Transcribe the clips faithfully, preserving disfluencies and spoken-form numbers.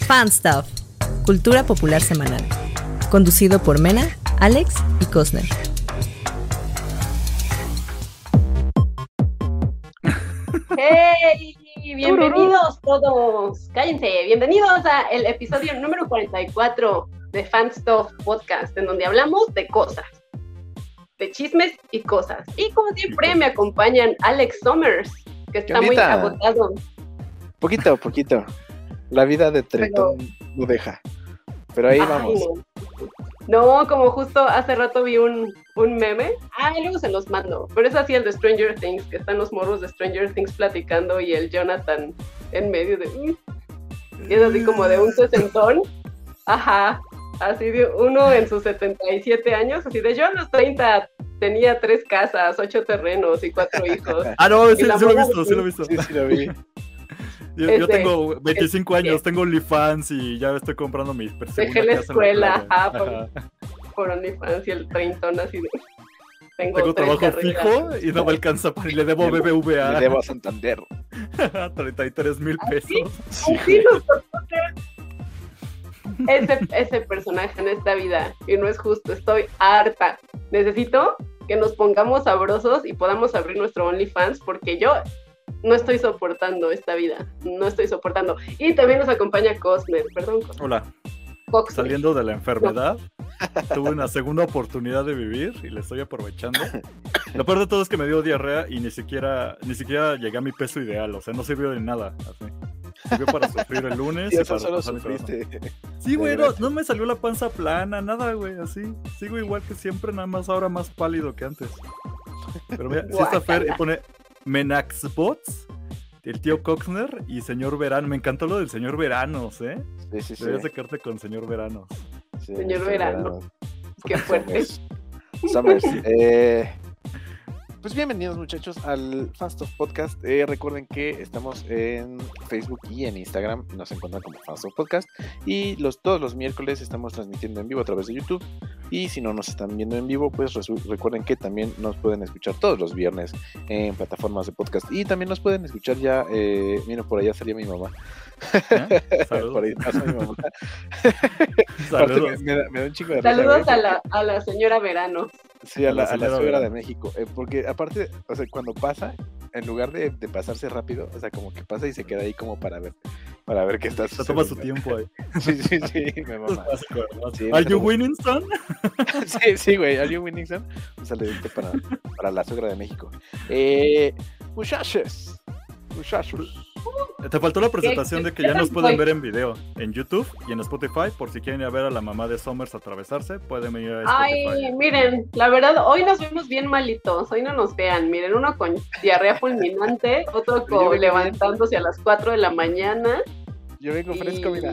Fan Stuff, cultura popular semanal, conducido por Mena, Alex y Cosner. ¡Hey! Bienvenidos todos. Cállense, bienvenidos a el episodio número cuarenta y cuatro de Fan Stuff Podcast, en donde hablamos de cosas, de chismes y cosas. Y como siempre me acompañan Alex Summers, que está muy agotado. Poquito, poquito. La vida de tretón lo deja. Pero ahí Ay, vamos. No. no, como justo hace rato vi un, un meme. Ah, y luego se los mando. Pero es así el de Stranger Things, que están los morros de Stranger Things platicando y el Jonathan en medio de... Y es así como de un sesentón. Ajá. Así de uno en sus setenta y siete años. Así de yo a los treinta tenía tres casas, ocho terrenos y cuatro hijos. Ah, no, sí, sí lo he visto, sí lo he visto. Sí, sí lo vi. Yo, este, yo tengo veinticinco este, años, tengo OnlyFans y ya estoy comprando mis dejé la escuela, ajá, por, por OnlyFans y el treintón así de... Tengo, tengo trabajo carreras. Fijo y no me alcanza para... Y le debo B B V A. Le debo a Santander. treinta y tres mil pesos. ¿Sí? Sí. ese, ese personaje en esta vida, y no es justo, estoy harta. Necesito que nos pongamos sabrosos y podamos abrir nuestro OnlyFans, porque yo... no estoy soportando esta vida, no estoy soportando. Y también nos acompaña Cosner, perdón. Cosner. Hola. Coxner. Saliendo de la enfermedad, no. Tuve una segunda oportunidad de vivir y la estoy aprovechando. Lo peor de todo es que me dio diarrea y ni siquiera, ni siquiera llegué a mi peso ideal, o sea, no sirvió de nada. Así. Sirvió para sufrir el lunes. Y, y eso para solo sufriste. Sí, güey, no, no me salió la panza plana, nada, güey, así. Sigo igual que siempre, nada más ahora más pálido que antes. Pero mira, si esta Fer y pone... Menaxbots, el tío Coxner y señor Verano. Me encantó lo del señor Veranos, ¿eh? Sí, sí, sí. Debes de quedarte con señor Veranos. Sí, señor Verano. Verano. Qué fuerte. Summers. eh, pues bienvenidos, muchachos, al Fan Stuff Podcast. Eh, recuerden que estamos en Facebook y en Instagram. Nos encuentran como Fan Stuff Podcast. Y los, todos los miércoles estamos transmitiendo en vivo a través de YouTube. Y si no nos están viendo en vivo, pues resu- recuerden que también nos pueden escuchar todos los viernes en plataformas de podcast. Y también nos pueden escuchar ya, eh, miren, por allá salía mi mamá. ¿Eh? Saludos. Por ahí pasa mi mamá. Saludos. Me, me, da, me da un chico de Saludos risa, a, la, a la señora Verano. Sí, a la, a la suegra de México. Eh, porque aparte, o sea, cuando pasa, en lugar de, de pasarse rápido, o sea, como que pasa y se queda ahí como para ver, para ver qué está sucediendo. Se toma su tiempo ahí. Sí, sí, sí, me mama. Sí, ¿Are you winning, son? Sí, sí, güey, ¿Are you winning, son? Un saludito para, para la suegra de México. Eh, muchachos, muchachos. Te faltó la presentación de que ya nos pueden ver en video en YouTube y en Spotify. Por si quieren ir a ver a la mamá de Summers atravesarse, pueden ir a Spotify. Ay, miren, la verdad, hoy nos vemos bien malitos. Hoy no nos vean. Miren, uno con diarrea fulminante, otro con levantándose bien a las cuatro de la mañana. Yo vengo fresco, y... mira.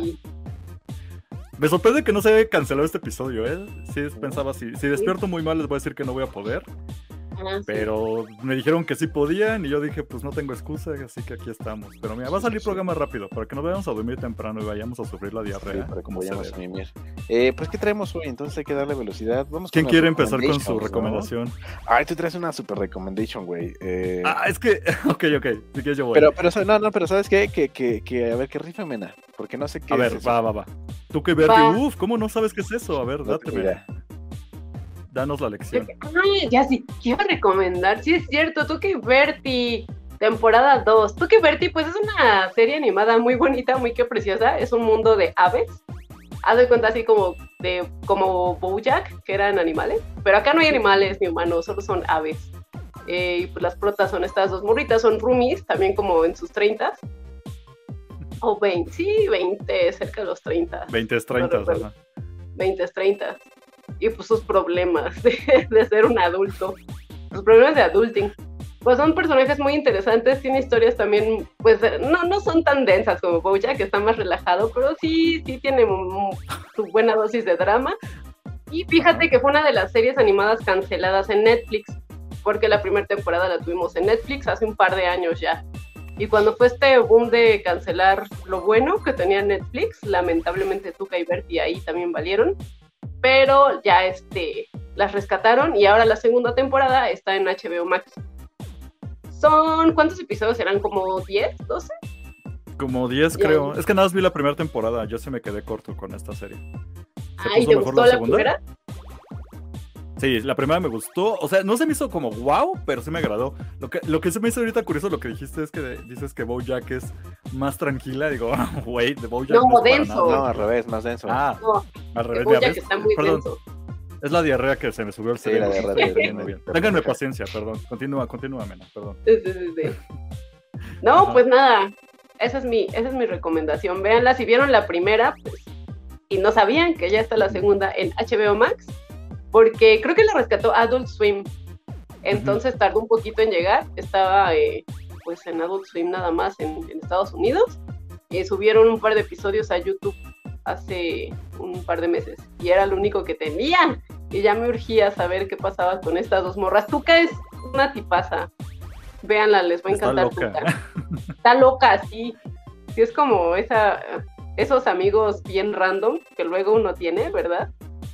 Me sorprende que no se haya cancelado este episodio, ¿eh? Sí, pensaba, si, si despierto muy mal les voy a decir que no voy a poder. Ah, pero sí. Me dijeron que sí podían y yo dije, pues no tengo excusa, así que aquí estamos. Pero mira, va a salir sí, programa sí. rápido para que no vayamos a dormir temprano y vayamos a sufrir la diarrea. Sí, para que vayamos a mimir. Eh, pues, ¿qué traemos hoy? Entonces hay que darle velocidad. Vamos ¿Quién quiere empezar con su recomendación? ¿No? Ay, tú traes una super recommendation, güey. Eh... Ah, es que, ok, ok, si quieres yo voy. Pero, pero, no, no, pero ¿sabes qué? Que, que, que, a ver, ¿qué rifa, Mena? Porque no sé qué A es ver, eso. va, va, va. Tú que Bertie, uff, ¿cómo no sabes qué es eso? A ver, no date, Mena. Danos la lección. Ay, ya sí, quiero recomendar. Sí, es cierto, tú que Bertie, temporada dos. Tú que Bertie, pues es una serie animada muy bonita, muy que preciosa. Es un mundo de aves. Haz de cuenta así como de como BoJack, que eran animales. Pero acá no hay animales ni humanos, solo son aves. Eh, y pues las protas son estas dos morritas, son roomies, también como en sus treintas. O veinte, sí, veinte, cerca de los treinta. veinte es treinta, no ¿verdad? veinte es treinta. Y pues sus problemas de, de ser un adulto, sus problemas de adulting, pues son personajes muy interesantes, tiene historias también, pues no, no son tan densas como BoJack, que está más relajado, pero sí, sí tiene su buena dosis de drama. Y fíjate que fue una de las series animadas canceladas en Netflix, porque la primera temporada la tuvimos en Netflix hace un par de años ya. Y cuando fue este boom de cancelar lo bueno que tenía Netflix, lamentablemente Tuca y Bertie ahí también valieron. Pero ya este, las rescataron y ahora la segunda temporada está en H B O Max. Son, ¿cuántos episodios serán? ¿Como diez, doce? Como diez, creo. Es que nada más vi la primera temporada. Yo se me quedé corto con esta serie. ¿Se Ay, ¿te gustó la, la primera? Sí, la primera me gustó. O sea, no se me hizo como wow, pero sí me agradó. Lo que, lo que se me hizo ahorita curioso, lo que dijiste es que de, dices que BoJack es más tranquila. Digo, wait, de BoJack no, no es denso. No, al revés, más denso. Ah, no, al revés. BoJack está muy Perdón. denso. Es la diarrea que se me subió al cerebro. Sí, la diarrea. Bien, bien. Ténganme paciencia, perdón. Continúa, continúa, Mena, perdón. Sí, sí, sí, sí. No, Ajá. Pues nada. Esa es mi, esa es mi recomendación. Véanla, si vieron la primera, pues, y no sabían que ya está la segunda en H B O Max, porque creo que la rescató Adult Swim. Entonces uh-huh. tardó un poquito en llegar. Estaba eh, pues en Adult Swim nada más en, en Estados Unidos. Eh, subieron un par de episodios a YouTube hace un par de meses. Y era lo único que tenía. Y ya me urgía saber qué pasaba con estas dos morras. Tuca es una tipaza. Véanla, les va a encantar. Está loca. Tuca. Está loca, sí. Sí, es como esa, esos amigos bien random que luego uno tiene, ¿verdad?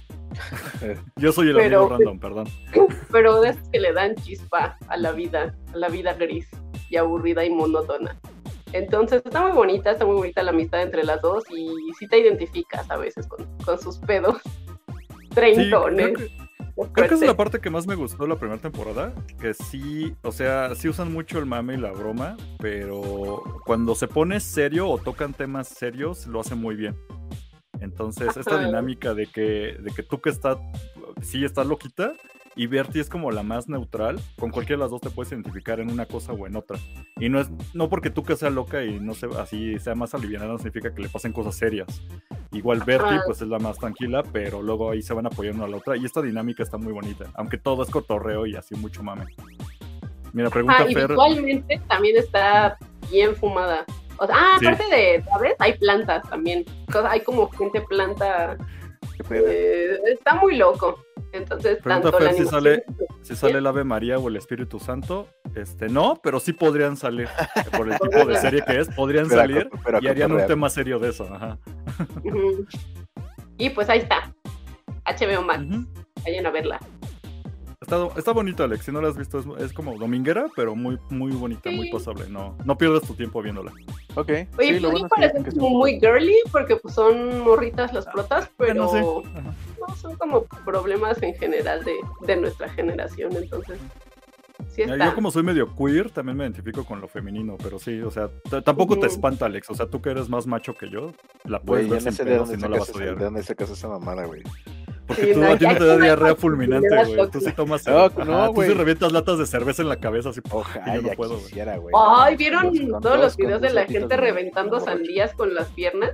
Yo soy el pero, amigo random, perdón. Pero de esos que le dan chispa a la vida, a la vida gris y aburrida y monótona. Entonces está muy bonita, está muy bonita la amistad entre las dos y sí te identificas a veces con, con sus pedos treintones. Sí, creo que, creo que esa es la parte que más me gustó de la primera temporada, que sí, o sea, sí usan mucho el mame y la broma, pero cuando se pone serio o tocan temas serios, lo hacen muy bien. Entonces, esta Ajá. dinámica de que, de que tú que estás, sí estás loquita, y Bertie es como la más neutral, con cualquiera de las dos te puedes identificar en una cosa o en otra. Y no es, no porque tú que sea loca y no sea así, sea más aliviada, no significa que le pasen cosas serias. Igual Bertie, Ajá. pues es la más tranquila, pero luego ahí se van apoyando a la otra, y esta dinámica está muy bonita, aunque todo es cotorreo y así mucho mame. Mira, pregunta Ajá, y Fer. visualmente también está bien fumada. O sea, ah, aparte sí. de, ¿sabes? Hay plantas también. Hay como gente planta. Eh, está muy loco. Entonces, pregunta tanto Fer la si sale, si sale el Ave María o el Espíritu Santo. Este, no, pero sí podrían salir. Por el tipo de serie que es, podrían pero, salir pero, y harían un tema serio de eso. Ajá. Uh-huh. Y pues ahí está. H B O Max. Uh-huh. Vayan a verla. Está, está bonito, Alex, si no la has visto, es, es como dominguera, pero muy, muy bonita, sí. muy pasable, no, no pierdas tu tiempo viéndola. Ok. Oye, sí, pues sí parecen como son... muy girly, porque pues son morritas las protas, pero bueno, sí. no, son como problemas en general de, de nuestra generación, entonces sí está. Yo como soy medio queer, también me identifico con lo femenino, pero sí, o sea, t- tampoco uh-huh. te espanta, Alex, o sea, tú que eres más macho que yo, la puedes wey, ver sin pedo si no la vas a odiar. ¿De dónde sacas esa mamada, güey? Porque sí, tú no, a ti no te da diarrea fulminante, güey. Toque. Tú sí tomas. No, Ajá, no, tú sí revientas latas de cerveza en la cabeza así. Ojalá, yo no puedo, quisiera, güey. Ay, ¿vieron con todos dos, los videos de la gotitas gente reventando sandías con las piernas?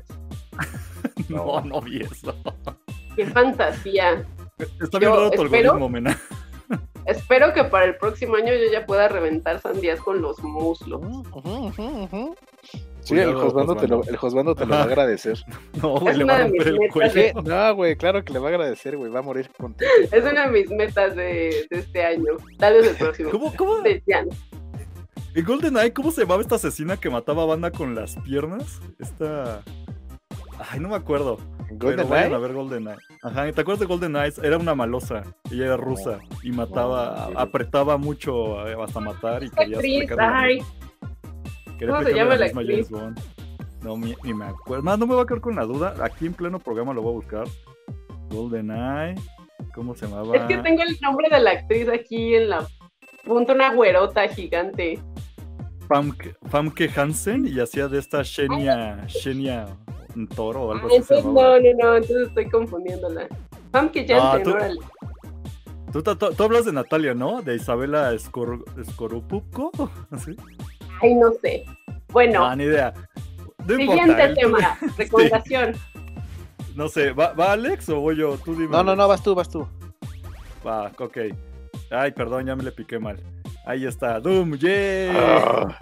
No, no vi eso. Qué fantasía. Está bien yo raro tu espero, algoritmo, Mena. Espero que para el próximo año yo ya pueda reventar sandías con los muslos. Uh, uh, uh, uh. Sí, Cuidado, el Josbando te lo, el Josbando te lo va a agradecer. No, güey, le va a romper el cuello. De... No, güey, claro que le va a agradecer, güey, va a morir contento. Es una de mis metas de, de este año, tal vez el próximo. ¿Cómo, cómo? De ¿En GoldenEye cómo se llamaba esta asesina que mataba a banda con las piernas? Esta... Ay, no me acuerdo. Pero vayan a ver GoldenEye. Ajá, ¿te acuerdas de GoldenEye? Era una malosa, ella era rusa oh, y mataba, oh, apretaba mucho hasta matar y quería Ay. ¿Cómo se llama la actriz? No, ni, ni me acuerdo. Más, no me voy a quedar con la duda. Aquí en pleno programa lo voy a buscar. GoldenEye. ¿Cómo se llamaba? Es que tengo el nombre de la actriz aquí en la punta, una güerota gigante. Famke, Famke Hansen y hacía de esta Xenia, Xenia un toro o algo ah, así. No, no, no, entonces estoy confundiéndola. Famke Janssen, tú, órale. Tú, tú, tú hablas de Natalia, ¿no? De Isabela Escor, Escorupupco. ¿Sí? Ay, no sé. Bueno. No, ni idea. No siguiente importa, tema. El... Recomendación. Sí. No sé, ¿va, ¿va Alex o voy yo? Tú dime. No, no, no, vas tú, vas tú. Va, ok. Ay, perdón, ya me le piqué mal. Ahí está, Doom, ¡yay! Ah.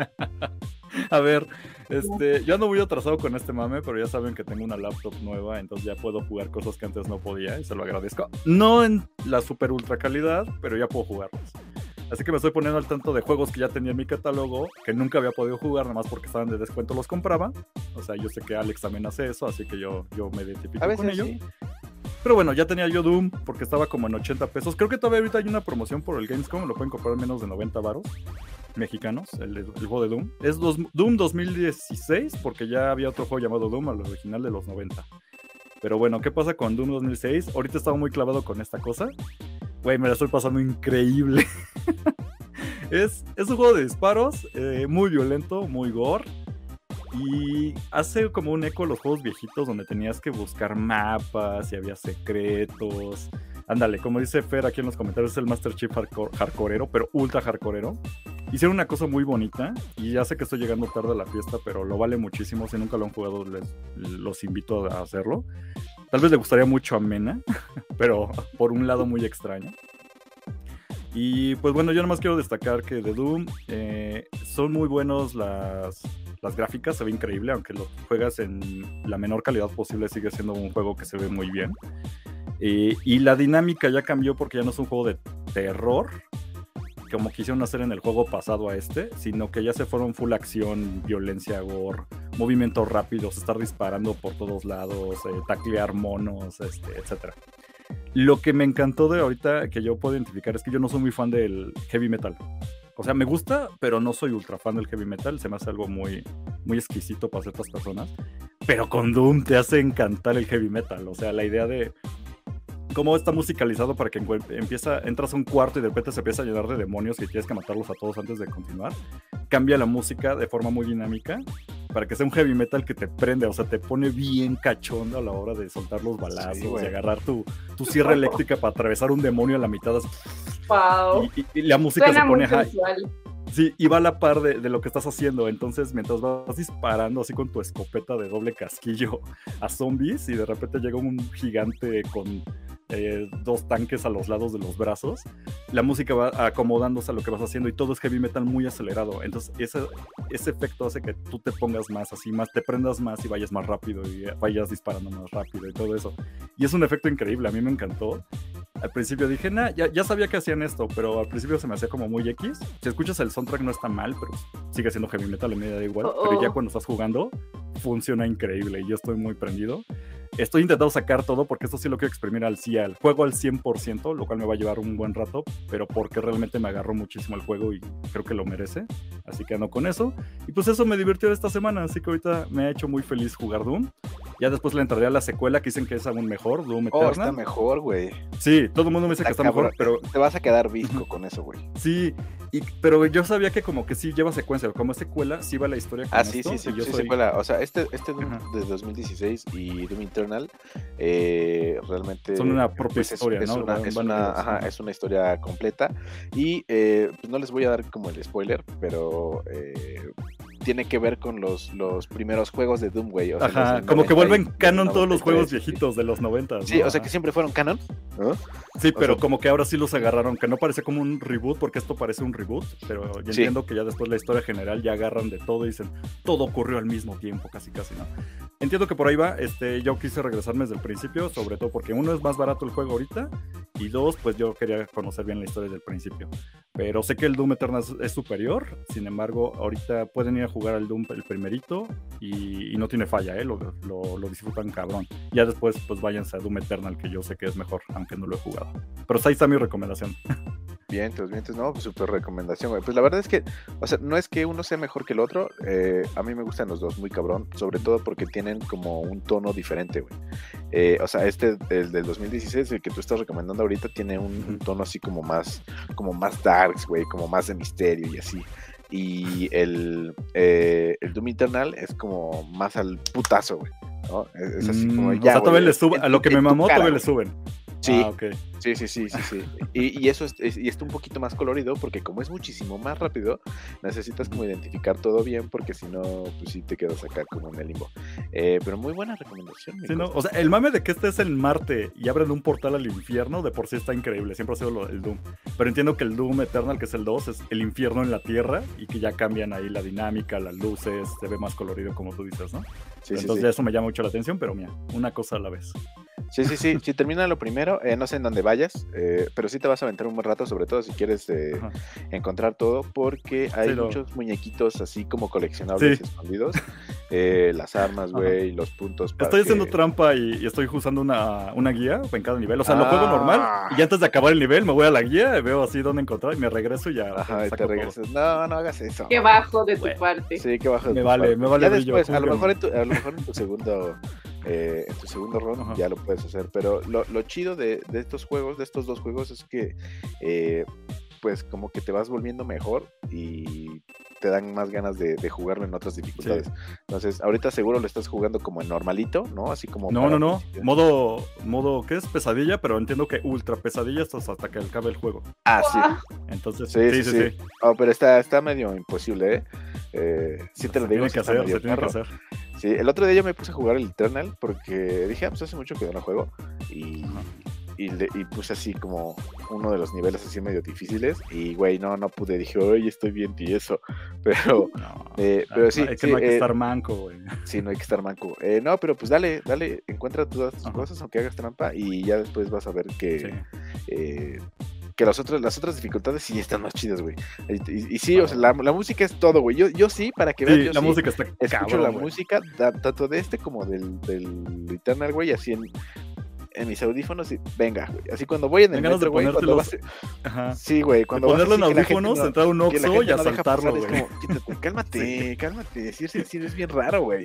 A ver, este, yo no voy atrasado con este mame, pero ya saben que tengo una laptop nueva, entonces ya puedo jugar cosas que antes no podía, y se lo agradezco. No en la super ultra calidad, pero ya puedo jugarlos. Así que me estoy poniendo al tanto de juegos que ya tenía en mi catálogo, que nunca había podido jugar, nada más porque estaban de descuento los compraba. O sea, yo sé que Alex también hace eso, así que yo, yo me identifico con ello. Sí. Pero bueno, ya tenía yo Doom, porque estaba como en ochenta pesos. Creo que todavía ahorita hay una promoción por el Gamescom, lo pueden comprar en menos de noventa varos. mexicanos, el, el juego de Doom. Es dos, Doom dos mil dieciséis, porque ya había otro juego llamado Doom, al original de los noventa. Pero bueno, ¿qué pasa con Doom dos mil seis? Ahorita estaba muy clavado con esta cosa. Güey, me la estoy pasando increíble. es, es un juego de disparos, eh, muy violento, muy gore. Y hace como un eco a los juegos viejitos donde tenías que buscar mapas y había secretos. Ándale, como dice Fer aquí en los comentarios, es el Master Chief hardcore, hardcoreero, pero ultra hardcoreero. Hicieron una cosa muy bonita y ya sé que estoy llegando tarde a la fiesta, pero lo vale muchísimo. Si nunca lo han jugado, les, los invito a hacerlo. Tal vez le gustaría mucho a Mena, pero por un lado muy extraño. Y pues bueno, yo nomás quiero destacar que de Doom eh, son muy buenos las, las gráficas, se ve increíble, aunque lo juegas en la menor calidad posible, sigue siendo un juego que se ve muy bien. Eh, y la dinámica ya cambió porque ya no es un juego de terror, como quisieron hacer en el juego pasado a este, sino que ya se fueron full acción, violencia, gore, movimientos rápidos, estar disparando por todos lados, eh, taclear monos, este, etcétera. Lo que me encantó de ahorita, que yo puedo identificar, es que yo no soy muy fan del heavy metal. O sea, me gusta, pero no soy ultra fan del heavy metal. Se me hace algo muy, muy exquisito para ciertas personas. Pero con Doom te hace encantar el heavy metal. O sea, la idea de cómo está musicalizado para que empieza, entras a un cuarto y de repente se empieza a llenar de demonios y tienes que matarlos a todos antes de continuar. Cambia la música de forma muy dinámica para que sea un heavy metal que te prende, o sea, te pone bien cachondo a la hora de soltar los balazos, sí, y agarrar tu, tu sierra eléctrica para atravesar un demonio a la mitad. Wow. Y, y, y la música suena se pone high. Sí, y va a la par de, de lo que estás haciendo. Entonces, mientras vas disparando así con tu escopeta de doble casquillo a zombies, y de repente llega un gigante con eh, dos tanques a los lados de los brazos, la música va acomodándose a lo que vas haciendo y todo es heavy metal muy acelerado. Entonces, ese, ese efecto hace que tú te pongas más así, más te prendas más y vayas más rápido y vayas disparando más rápido y todo eso. Y es un efecto increíble, a mí me encantó. Al principio dije, nah, ya, ya sabía que hacían esto, pero al principio se me hacía como muy X. Si escuchas el soundtrack no está mal, pero sigue siendo heavy metal, en medio da igual. Oh, pero ya cuando estás jugando, funciona increíble y yo estoy muy prendido. Estoy intentando sacar todo porque esto sí lo quiero exprimir al cien, al juego al cien por ciento, lo cual me va a llevar un buen rato, pero porque realmente me agarró muchísimo el juego y creo que lo merece. Así que ando con eso. Y pues eso me divirtió esta semana, así que ahorita me ha hecho muy feliz jugar Doom. Ya después le entraré a la secuela que dicen que es aún mejor, Doom Eternal. Oh, está mejor, güey. Sí, todo el mundo me dice está que está cabrón, mejor, pero... Te vas a quedar visco con eso, güey. Sí, y, pero yo sabía que como que sí lleva secuencia, como secuela, sí va la historia con Ah, esto, sí, sí, sí, yo sí, soy... secuela. O sea, este, este Doom uh-huh. de dos mil dieciséis y Doom Eternal eh, realmente... Son una propia pues, historia, es, ¿no? Es una, es, una, ajá, es una historia completa y eh, pues no les voy a dar como el spoiler, pero... Eh, tiene que ver con los, los primeros juegos de Doom, güey. O sea, ajá, como que vuelven canon todos los juegos viejitos de los noventas, ¿no? Sí, o sea, que siempre fueron canon, ¿no? Sí, pero o sea, como que ahora sí los agarraron, que no parece como un reboot, porque esto parece un reboot, pero yo sí. entiendo que ya después la historia general ya agarran de todo y dicen, todo ocurrió al mismo tiempo, casi casi, ¿no? Entiendo que por ahí va, este, yo quise regresarme desde el principio, sobre todo porque uno es más barato el juego ahorita, y dos, pues yo quería conocer bien la historia desde el principio. Pero sé que el Doom Eternal es, es superior, sin embargo, ahorita pueden ir a jugar al Doom el primerito y, y no tiene falla, ¿eh? Lo, lo, lo disfrutan cabrón. Ya después, pues váyanse a Doom Eternal, que yo sé que es mejor, aunque no lo he jugado. Pero ahí está mi recomendación. Vientos, vientos, no, pues súper recomendación, güey. Pues la verdad es que, o sea, no es que uno sea mejor que el otro, eh, a mí me gustan los dos muy cabrón, sobre todo porque tienen como un tono diferente, güey. Eh, o sea, este, el del dos mil dieciséis, el que tú estás recomendando ahorita, tiene un, un tono así como más, como más darks, güey, como más de misterio y así. Y el, eh, el Doom Eternal es como más al putazo, güey, ¿no? Es, es así como mm, ya, o sea, todavía güey, le suben, a lo que me mamó, todavía le suben. Sí, ah, okay. sí, sí, sí, sí, sí. Y, y eso es, es, y está un poquito más colorido porque como es muchísimo más rápido, necesitas como identificar todo bien porque si no, pues sí te quedas acá como en el limbo. Eh, pero muy buena recomendación. Sí, ¿no? O sea, el mame de que este es en Marte y abren un portal al infierno, de por sí está increíble, siempre ha sido lo, el Doom. Pero entiendo que el Doom Eternal, que es el dos, es el infierno en la Tierra y que ya cambian ahí la dinámica, las luces, se ve más colorido como tú dices, ¿no? Sí, entonces sí, ya sí. Eso me llama mucho la atención, pero mira, una cosa a la vez. Sí, sí, sí, si termina lo primero, eh, no sé en dónde vayas, eh, pero sí te vas a aventar un buen rato, sobre todo si quieres eh, encontrar todo, porque hay sí, lo... muchos muñequitos así como coleccionables sí. escondidos, eh, las armas, güey, los puntos. Para estoy que... haciendo trampa y, y estoy usando una, una guía en cada nivel. O sea, ah. lo juego normal y antes de acabar el nivel me voy a la guía, veo así dónde encontrar y me regreso y ya. Ajá, y te regresas. No, no hagas eso. Qué bajo de tu bueno, parte. Sí, qué bajo de me tu vale, parte. Me vale, ya brillo. Después, a lo, mejor en tu, a lo mejor en tu segundo... Eh, en tu segundo round Ajá. ya lo puedes hacer, pero lo, lo chido de, de estos juegos, de estos dos juegos es que eh, pues como que te vas volviendo mejor y te dan más ganas de, de jugarlo en otras dificultades. Sí. Entonces, ahorita seguro lo estás jugando como en normalito, ¿no? Así como... No, no, no, modo, modo, ¿qué es? Pesadilla, pero entiendo que ultra pesadilla hasta, hasta que acabe el juego. Ah, sí. Entonces, sí, sí, sí. sí. sí. Oh, pero está, está medio imposible, ¿eh? eh sí te se lo digo. Tiene que hacer, se tiene que hacer. Sí, el otro día yo me puse a jugar el Eternal porque dije, ah, pues hace mucho que no juego y, y, le, y puse así como uno de los niveles así medio difíciles y güey, no, no pude, dije, oye, estoy bien tieso, pero, no, eh, pero sí. Es que sí, no hay que eh, estar manco, güey. Sí, no hay que estar manco. Eh, no, pero pues dale, dale, encuentra todas tus Ajá. cosas, aunque hagas trampa y ya después vas a ver que... Sí. Eh, que las otras, las otras dificultades sí están más chidas, güey. Y, y, y sí, ah, o sea, la, la música es todo, güey. Yo, yo sí, para que vean, sí, yo la sí música está escucho cabrón, la güey. música, da, tanto de este como del, del Eternal, güey, así en, en mis audífonos y venga, güey. Así cuando voy en el Venga, metro, güey, cuando los... vas... Ajá. Sí, güey, cuando de ponerlo vas en audífonos, no, entrar a un Oxxo y asaltarlo, güey. No cálmate, sí. cálmate. Sí, sí, sí, es bien raro, güey.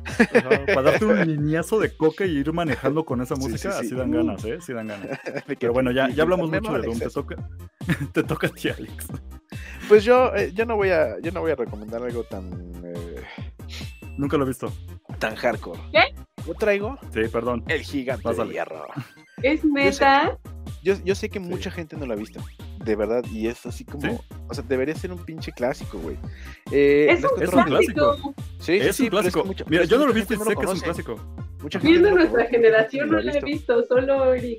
Para darte un niñazo de coca y ir manejando con esa música, sí, sí, sí. así dan ganas, ¿eh? Sí dan ganas. Pero bueno, ya, ya hablamos mucho de Doom. Te toca, te toca a ti, Alex. Pues yo, eh, yo no voy a, yo no voy a recomendar algo tan... Eh... Nunca lo he visto. Tan hardcore. ¿Qué? Yo traigo... Sí, perdón. El Gigante Pásale. de Hierro. ¿Es neta? Yo sé, yo, yo sé que sí. mucha gente no lo ha visto, de verdad, y es así como... ¿Sí? O sea, debería ser un pinche clásico, güey. Eh, es, un, es un clásico. Sí, es sí, un clásico. Es que mucha, Mira, yo no lo he visto y no sé lo que es un clásico. Mucha gente no de nuestra conoce, generación no lo he visto, solo Eric.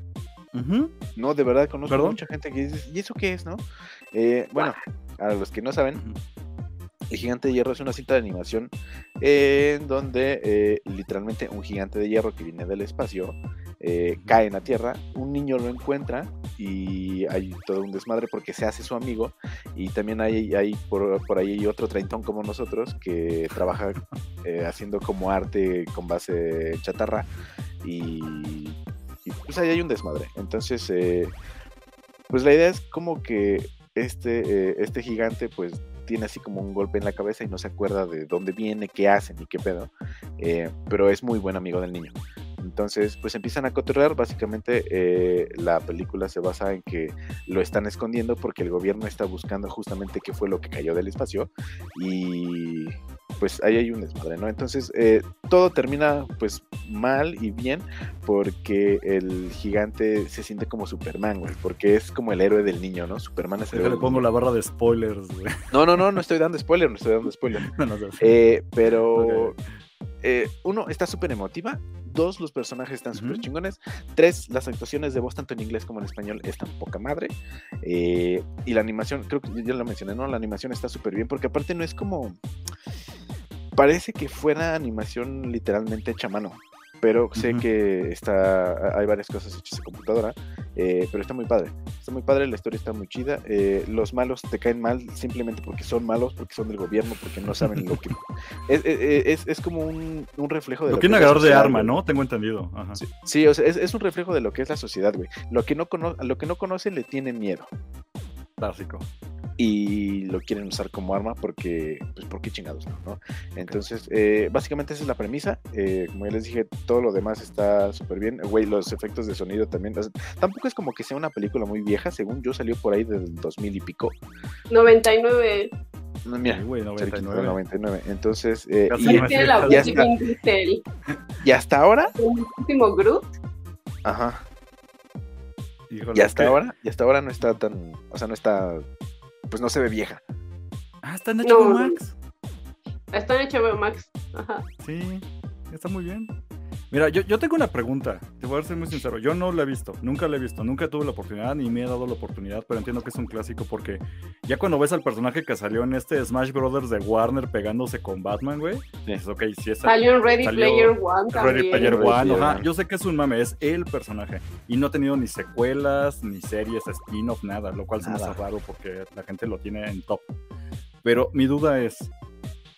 Uh-huh. No, de verdad, conozco ¿Perdón? mucha gente que dice, ¿y eso qué es, no? Eh, bueno, a los que no saben... Uh-huh. El Gigante de Hierro es una cinta de animación eh, en donde eh, literalmente un gigante de hierro que viene del espacio eh, cae en la Tierra, un niño lo encuentra y hay todo un desmadre porque se hace su amigo y también hay, hay por, por ahí otro treintón como nosotros que trabaja eh, haciendo como arte con base en chatarra y, y pues ahí hay un desmadre. Entonces, eh, pues la idea es como que este, eh, este gigante pues tiene así como un golpe en la cabeza y no se acuerda de dónde viene, qué hace ni qué pedo, eh, pero es muy buen amigo del niño. Entonces pues empiezan a cotorrear. Básicamente eh, la película se basa en que lo están escondiendo porque el gobierno está buscando justamente qué fue lo que cayó del espacio y pues ahí hay un desmadre, ¿no? Entonces eh, todo termina pues mal y bien porque el gigante se siente como Superman, güey, porque es como el héroe del niño, ¿no? Superman es el héroe. Le pongo la barra de spoilers, güey. No, no, no, no estoy dando spoiler, no estoy dando spoiler. no, no, no. Eh, pero okay. eh, uno, está súper emotiva. Dos, los personajes están súper uh-huh. chingones. Tres, las actuaciones de voz tanto en inglés como en español están poca madre. Eh, y la animación, creo que ya lo mencioné, ¿no? La animación está súper bien porque aparte no es como... Parece que fuera animación literalmente hecha a mano, pero sé uh-huh. que está, hay varias cosas hechas en computadora, eh, pero está muy padre, está muy padre, la historia está muy chida, eh, los malos te caen mal simplemente porque son malos, porque son del gobierno, porque no saben lo que... es, es, es como un, un reflejo de lo, lo que es un agarrador de arma, ¿no? Tengo entendido. Ajá. Sí, sí, o sea, es, es un reflejo de lo que es la sociedad, güey. Lo que no cono- lo que no conocen le tienen miedo. Básico. Y lo quieren usar como arma porque, pues, ¿por qué chingados no? ¿no? Entonces, eh, básicamente esa es la premisa. Eh, como ya les dije, todo lo demás está súper bien. Güey, los efectos de sonido también. O sea, tampoco es como que sea una película muy vieja. Según yo, salió por ahí del dos mil y pico. noventa y nueve. No, mira, güey, noventa y nueve. noventa y nueve. Entonces, eh, y, y, tiene la y, hasta, y hasta ahora. ¿El último Groot? Ajá. Híjole, y hasta ¿qué? ahora, y hasta ahora no está tan, o sea, no está, pues no se ve vieja. Ah, está en H B O no, Max. Está en H B O Max. Ajá. Sí, está muy bien. Mira, yo, yo tengo una pregunta, te voy a ser muy sincero, yo no la he visto, nunca la he visto, nunca tuve la oportunidad, ni me he dado la oportunidad, pero entiendo que es un clásico porque ya cuando ves al personaje que salió en este Smash Brothers de Warner pegándose con Batman, güey, sí. dices, ok, si es... Salió en Ready salió Player One también. Ready Player One, ajá, yo sé que es un mame, es el personaje, y no ha tenido ni secuelas, ni series, spin-off, nada, lo cual se me hace raro porque la gente lo tiene en top. Pero mi duda es,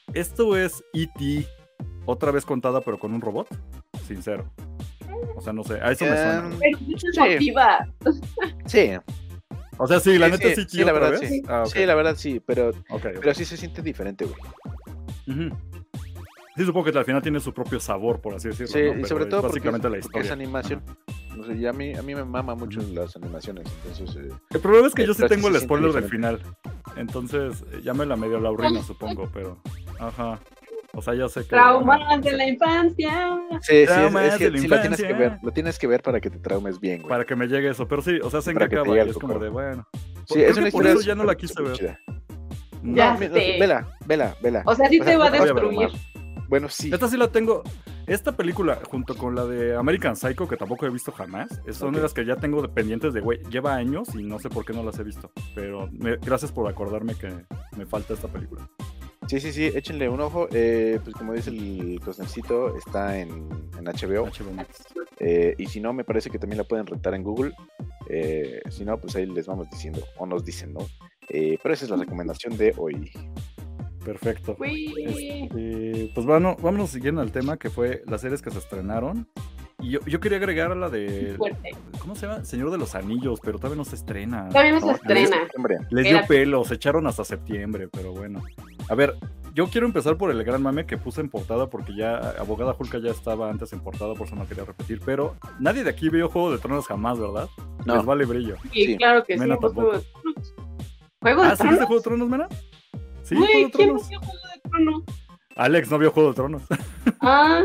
¿esto es E T otra vez contada pero con un robot? Sincero. O sea, no sé, a eso um, me suena. Pero mucho sí. motiva. Sí. O sea, sí, la sí, neta sí, sí, sí, la verdad, vez? sí. Ah, okay. Sí, la verdad sí, pero, okay, okay. pero sí se siente diferente, güey. Uh-huh. Sí, supongo que al final tiene su propio sabor, por así decirlo. Sí, ¿no? y sobre todo básicamente porque la historia. Es animación. No sé, y a mí, a mí me mama mucho uh-huh. las animaciones, entonces... Eh, el problema es que yo sí tengo sí el spoiler del final. Entonces, ya me la medio laurina, supongo, pero... Ajá. O sea, ya sé que... Traumas bueno, de la infancia. Sí, sí, es, es que sí lo tienes que ver. Lo tienes que ver para que te traumes bien, güey. Para que me llegue eso, pero sí, o sea, se encacaba y es como de, bueno... Sí, es una historia... Por eso ya no la quise ver. Chida. No, ya no, sé. Vela, vela, vela. O sea, sí o sea, te va a destruir. Bueno, sí. Esta sí la tengo. Esta película, junto con la de American Psycho, que tampoco he visto jamás, son okay. de las que ya tengo pendientes de, güey, lleva años y no sé por qué no las he visto. Pero me, gracias por acordarme que me falta esta película. Sí, sí, sí, échenle un ojo. Eh, pues como dice el Cosnercito, está en, en H B O. H B O Max. Eh, y si no, me parece que también la pueden rentar en Google. Eh, si no, pues ahí les vamos diciendo, o nos dicen, ¿no? Eh, pero esa es la recomendación de hoy. Perfecto. Este, pues bueno, vámonos siguiendo al tema que fue las series que se estrenaron. Y yo, yo quería agregar a la de... Fuerte. ¿Cómo se llama? Señor de los Anillos, pero todavía no se estrena. Todavía no, no se estrena. Les, les dio pelo, se echaron hasta septiembre, pero bueno. A ver, yo quiero empezar por el gran mame que puse en portada porque ya Abogada Julka ya estaba antes en portada, por eso no quería repetir, pero nadie de aquí vio Juego de Tronos jamás, ¿verdad? No. Les vale brillo. Sí, sí. Claro que Mena sí. Tampoco. ¿Juego de ¿Ah, Tronos? ¿sí viste Juego de Tronos, Mena? Sí, Uy, Juego de ¿quién Tronos. no vio Juego de Tronos? Alex no vio Juego de Tronos. Ah.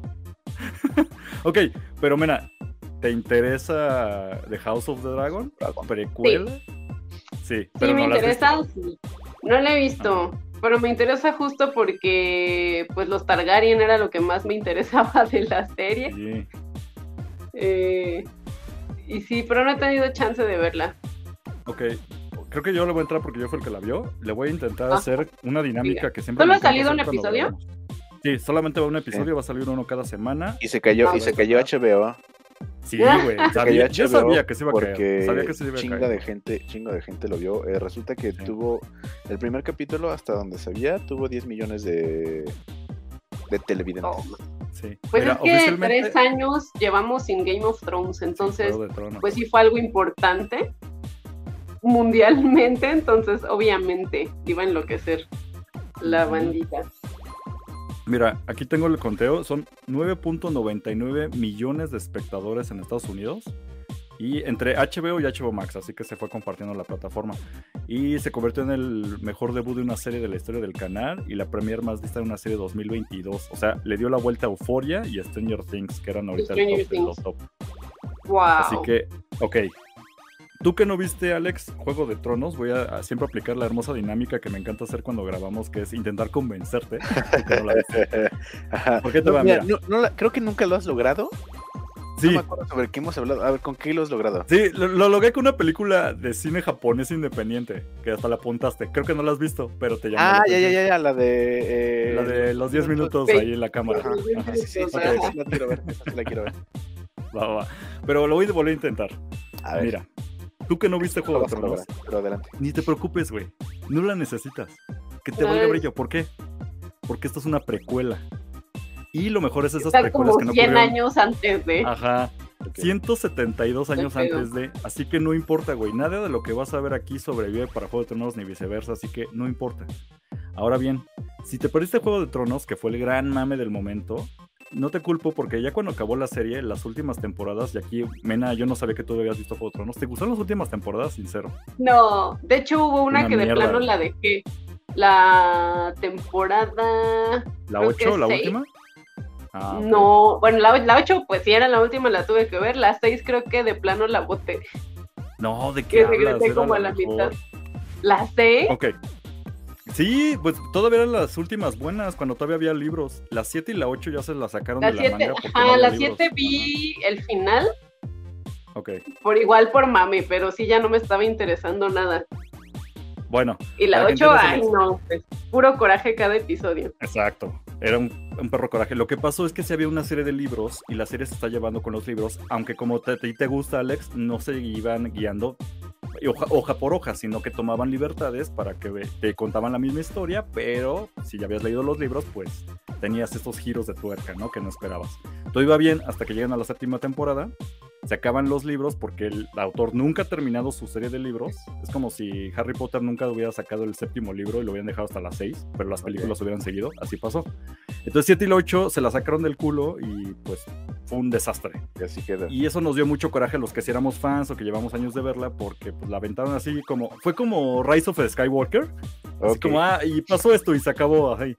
Ok, pero Mena, ¿te interesa The House of the Dragon? ¿Precuela? Sí, sí, pero sí me no interesa, sí. No la he visto, ah. pero me interesa justo porque pues los Targaryen era lo que más me interesaba de la serie. Sí. Eh, y sí, pero no he tenido chance de verla. Ok, creo que yo le voy a entrar porque yo fui el que la vio. Le voy a intentar ah. hacer una dinámica Mira. que siempre... ¿Solo ha salido un episodio? Grabamos. Sí, solamente va un episodio, sí. va a salir uno cada semana. Y se cayó, ah, y se cayó H B O. Sí, güey. Sabía, yo sabía que se iba a caer. Sabía que se iba a chinga caer. de gente, chingo de gente lo vio. Eh, resulta que sí. tuvo el primer capítulo, hasta donde sabía, tuvo diez millones de, de televidentes. Oh. Sí. Pues Mira, es que oficialmente... tres años llevamos sin Game of Thrones, entonces, sí, pues sí fue algo importante mundialmente, entonces obviamente iba a enloquecer la bandita. Mira, aquí tengo el conteo, son nueve punto noventa y nueve millones de espectadores en Estados Unidos y entre H B O y H B O Max, así que se fue compartiendo la plataforma y se convirtió en el mejor debut de una serie de la historia del canal y la premier más vista de una serie de dos mil veintidós, o sea, le dio la vuelta a Euphoria y a Stranger Things, que eran ahorita el top de los top. Wow. Así que, ok. Tú que no viste, Alex, Juego de Tronos, voy a, a siempre aplicar la hermosa dinámica que me encanta hacer cuando grabamos, que es intentar convencerte. Que no la viste. ¿Por qué te no, va? Mira, Mira. No, no la, creo que nunca lo has logrado. Sí. No me acuerdo sobre qué hemos hablado. A ver, ¿con qué lo has logrado? Sí, lo, lo logré con una película de cine japonés independiente, que hasta la apuntaste. Creo que no la has visto, pero te llamó. Ah, ya, ya, ya, ya, la de... Eh... La de los diez minutos sí. ahí en la cámara. Ajá. Ajá, sí, sí, sí, okay. sí, la quiero ver, esa sí la quiero ver. Va, va. Pero lo voy a volver a intentar. A ver. Mira. Tú que no viste Juego de Tronos, pero adelante. Ni te preocupes, güey. No la necesitas. Que te valga brillo. ¿Por qué? Porque esto es una precuela. Y lo mejor es esas Está precuelas como que no cien ocurrieron. años antes de... Ajá. Okay. ciento setenta y dos años antes de... Así que no importa, güey. Nada de lo que vas a ver aquí sobrevive para Juego de Tronos ni viceversa. Así que no importa. Ahora bien, si te perdiste Juego de Tronos, que fue el gran mame del momento... No te culpo porque ya cuando acabó la serie, las últimas temporadas, y aquí, Mena, yo no sabía que tú habías visto Juego de Tronos. ¿Te gustaron las últimas temporadas? Sincero. No, de hecho hubo una, una que mierda. De plano la dejé. La temporada... ¿La ocho, la seis. Última? Ah, okay. No, bueno, la, la ocho pues sí era la última, la tuve que ver. La seis creo que de plano la boté. No, ¿de qué que regresé como a la mitad. ¿La seis? Ok. Sí, pues todavía eran las últimas buenas, cuando todavía había libros. Las siete y la ocho ya se las sacaron la de siete, la manga. Ajá, no la siete vi ajá. El final. Ok. Por igual por mami, pero sí ya no me estaba interesando nada. Bueno. Y la ocho, ay no, pues, puro coraje cada episodio. Exacto, era un, un perro coraje. Lo que pasó es que sí había una serie de libros y la serie se está llevando con los libros, aunque como te, te, te gusta, Alex, no se iban guiando. hoja, hoja por hoja, sino que tomaban libertades para que te contaban la misma historia, pero si ya habías leído los libros, pues tenías estos giros de tuerca, ¿no? Que no esperabas. Todo iba bien hasta que llegan a la séptima temporada, se acaban los libros porque el autor nunca ha terminado su serie de libros. Es como si Harry Potter nunca hubiera sacado el séptimo libro y lo hubieran dejado hasta las seis, pero las películas okay. hubieran seguido, así pasó. Entonces siete y la ocho se la sacaron del culo y pues fue un desastre. Y así queda. Y eso nos dio mucho coraje a los que sí éramos fans o que llevamos años de verla, porque pues la aventaron así como, fue como Rise of the Skywalker, así okay. como, ah, y pasó esto y se acabó ahí.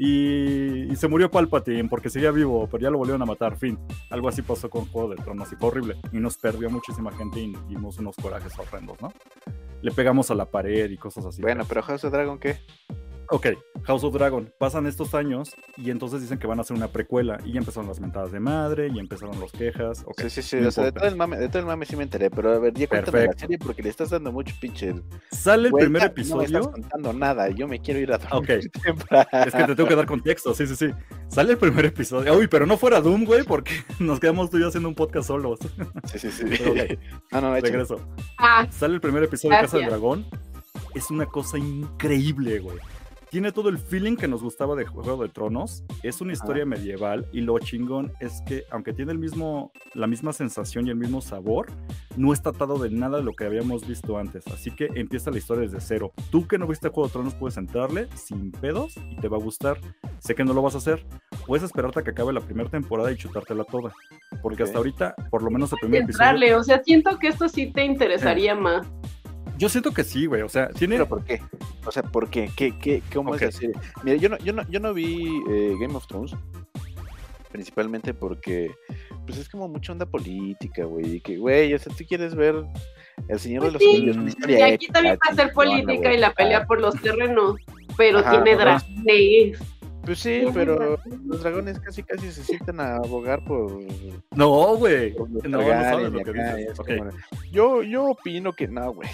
Y, y se murió Palpatine porque seguía vivo, pero ya lo volvieron a matar, fin. Algo así pasó con Juego de Tronos y fue horrible. Y nos perdió muchísima gente y dimos unos corajes horrendos, ¿no? Le pegamos a la pared y cosas así. Bueno, pero House of Dragon, ¿qué? Ok, House of Dragon, pasan estos años y entonces dicen que van a hacer una precuela y ya empezaron las mentadas de madre y empezaron los quejas. Okay, sí, sí, sí, no o sea, de todo, el mame, de todo el mame sí me enteré, pero a ver, ya cuéntame la serie porque le estás dando mucho pinche. Sale el Güey, primer episodio. No me estás contando nada, yo me quiero ir a dormir. Ok, es que te tengo que dar contexto, sí, sí, sí. Sale el primer episodio. Uy, pero no fuera Doom, güey, porque nos quedamos tú y yo haciendo un podcast solos. Sí, sí, sí. Pero, okay. No, no, regreso. Ah, Sale el primer episodio Gracias. de Casa del Dragón. Es una cosa increíble, güey. Tiene todo el feeling que nos gustaba de Juego de Tronos. Es una historia ah. medieval y lo chingón es que aunque tiene el mismo, la misma sensación y el mismo sabor, no está atado de nada de lo que habíamos visto antes. Así que empieza la historia desde cero. Tú que no viste Juego de Tronos puedes entrarle sin pedos y te va a gustar. Sé que no lo vas a hacer. Puedes esperarte a que acabe la primera temporada y chutártela toda. Porque okay. hasta ahorita, por lo menos el primer entrarle, episodio... O sea, siento que esto sí te interesaría eh. más. Yo siento que sí, güey, o sea, tiene... ¿Pero por qué? O sea, ¿por qué? ¿Qué, qué, ¿Cómo okay. es así? Mira, yo no, yo no, yo no vi eh, Game of Thrones, principalmente porque, pues es como mucha onda política, güey, que, güey, o sea, tú quieres ver El Señor pues de los sí, Anillos, una historia y aquí épica, también va a ser política y la pelea ah. por los terrenos, pero Ajá, tiene dragones. Pues sí, pero los dragones casi casi se sienten a abogar por... No, güey. No, no sabes lo que dices. Okay. Como... Yo, yo opino que no, güey.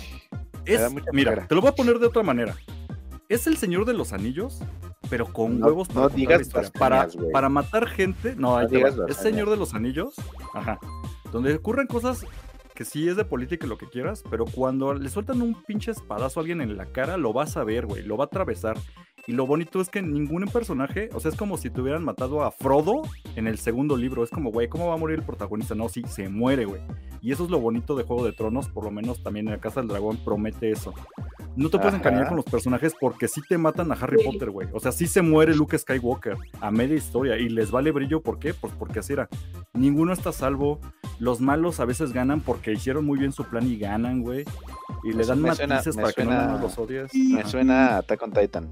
Mira, manera. Te lo voy a poner de otra manera. Es el Señor de los Anillos, pero con no, huevos para no digas para, para matar gente. No, ahí no te va. Es Señor de los Anillos, ajá, donde ocurren cosas que sí es de política y lo que quieras, pero cuando le sueltan un pinche espadazo a alguien en la cara, lo vas a ver, güey, lo va a atravesar. Y lo bonito es que ningún personaje, o sea, es como si te hubieran matado a Frodo en el segundo libro. Es como, güey, ¿cómo va a morir el protagonista? No, sí, se muere, güey. Y eso es lo bonito de Juego de Tronos, por lo menos también en la Casa del Dragón promete eso. No te puedes Ajá. encariñar con los personajes porque sí te matan a Harry sí. Potter, güey. O sea, sí se muere Luke Skywalker a media historia y les vale brillo. ¿Por qué? Pues porque así era. Ninguno está a salvo. Los malos a veces ganan porque hicieron muy bien su plan y ganan, güey. Y le dan matices para suena, que no los odies. Me Ajá. suena Attack on Titan.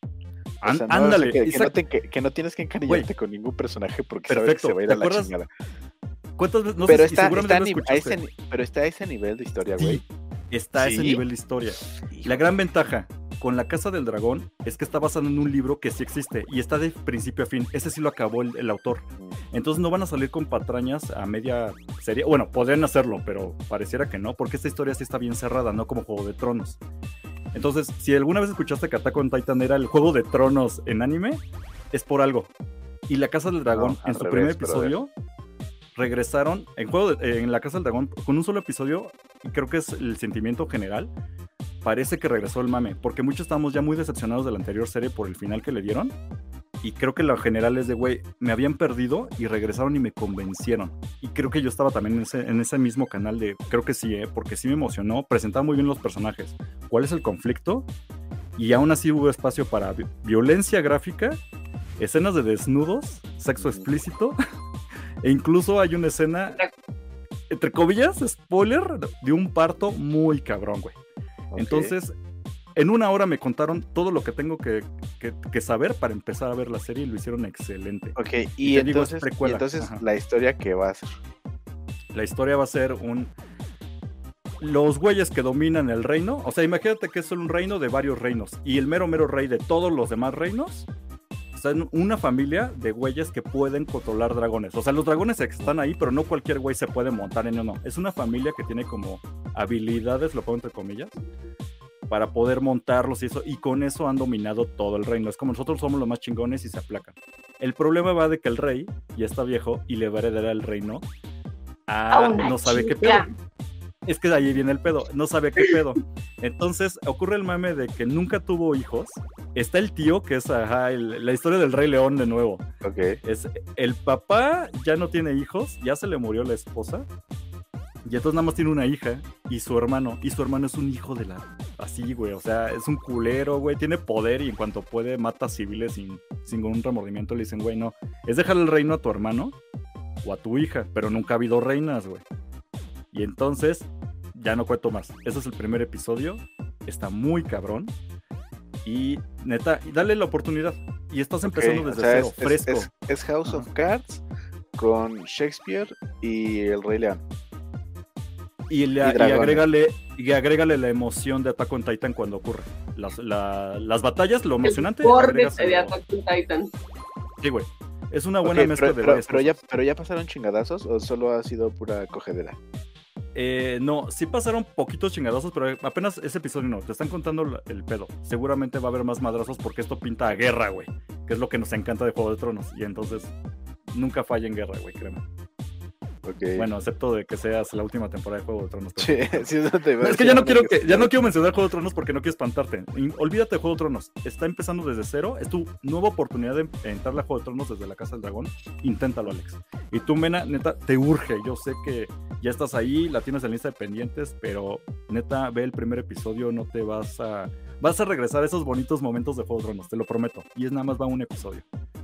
O sea, no, Ándale. Que, que, no te, que, que no tienes que encariñarte Wey. con ningún personaje porque Perfecto. sabes que se va a ir a la chingada. ¿Cuántas veces? No pero, sé si está, está a ese, pero está a ese nivel de historia, güey. Sí, está a ¿Sí? ese nivel de historia. Hijo. La gran ventaja con la Casa del Dragón es que está basado en un libro que sí existe y está de principio a fin. Ese sí lo acabó el, el autor. Entonces no van a salir con patrañas a media serie. Bueno, podrían hacerlo, pero pareciera que no, porque esta historia sí está bien cerrada, no como Juego de Tronos. Entonces, si alguna vez escuchaste que Attack on Titan era el Juego de Tronos en anime, es por algo. Y la Casa del Dragón, no, en su revés, primer episodio, regresaron en, juego de, en la Casa del Dragón con un solo episodio, y creo que es el sentimiento general, parece que regresó el mame, porque muchos estábamos ya muy decepcionados de la anterior serie por el final que le dieron, y creo que la general es de, güey, me habían perdido y regresaron y me convencieron. Y creo que yo estaba también en ese, en ese mismo canal de, creo que sí, eh, porque sí me emocionó, presentaba muy bien los personajes. ¿Cuál es el conflicto? Y aún así hubo espacio para vi- violencia gráfica, escenas de desnudos, sexo explícito, e incluso hay una escena, entre comillas, spoiler, de un parto muy cabrón, güey. Okay. Entonces... En una hora me contaron todo lo que tengo que, que, que saber para empezar a ver la serie y lo hicieron excelente. Ok, y, y entonces, digo, y entonces la historia que va a ser. La historia va a ser un... Los güeyes que dominan el reino, o sea, imagínate que es solo un reino de varios reinos y el mero mero rey de todos los demás reinos, o sea, una familia de güeyes que pueden controlar dragones. O sea, los dragones están ahí, pero no cualquier güey se puede montar en uno. Es una familia que tiene como habilidades, lo pongo entre comillas, para poder montarlos y eso, y con eso han dominado todo el reino. Es como nosotros somos los más chingones y se aplacan. El problema va de que el rey ya está viejo y le va a heredar el reino a no sabe qué pedo. Es que de ahí viene el pedo, no sabía qué pedo. Entonces ocurre el mame de que nunca tuvo hijos. Está el tío, que es ajá, el, la historia del Rey León de nuevo. Okay. Es, el papá ya no tiene hijos, ya se le murió la esposa. Y entonces nada más tiene una hija y su hermano. Y su hermano es un hijo de la... Así, güey, o sea, es un culero, güey. Tiene poder y en cuanto puede mata civiles sin, sin ningún remordimiento. Le dicen, güey, no, es dejar el reino a tu hermano o a tu hija. Pero nunca ha habido reinas, güey. Y entonces, ya no cuento más. Ese es el primer episodio. Está muy cabrón. Y neta, dale la oportunidad. Y estás empezando okay, desde o sea, cero, es, fresco. Es, es, es House Ajá. of Cards con Shakespeare y el Rey León. Y, le, y, y, agrégale, y agrégale la emoción de Attack on Titan cuando ocurre. Las, la, las batallas, lo emocionante. El borde de Attack on Titan. Sí, güey. Es una buena okay, mezcla pero, de pero, varias pero cosas. ya, ¿Pero ya pasaron chingadazos o solo ha sido pura cogedera? Eh, no, sí pasaron poquitos chingadazos, pero apenas ese episodio no. Te están contando el pedo. Seguramente va a haber más madrazos porque esto pinta a guerra, güey. Que es lo que nos encanta de Juego de Tronos. Y entonces, nunca falla en guerra, güey, créeme. Okay. Bueno, excepto de que seas la última temporada de Juego de Tronos. Sí, sí, no te es que ya no quiero que, ya no quiero mencionar Juego de Tronos porque no quiero espantarte. Olvídate de Juego de Tronos. Está empezando desde cero. Es tu nueva oportunidad de entrar a Juego de Tronos desde la Casa del Dragón. Inténtalo, Alex. Y tú, Mena, neta, te urge. Yo sé que ya estás ahí, la tienes en lista de pendientes, pero neta, ve el primer episodio, no te vas a... Vas a regresar a esos bonitos momentos de Juego de Tronos, te lo prometo. Y es nada más va un episodio.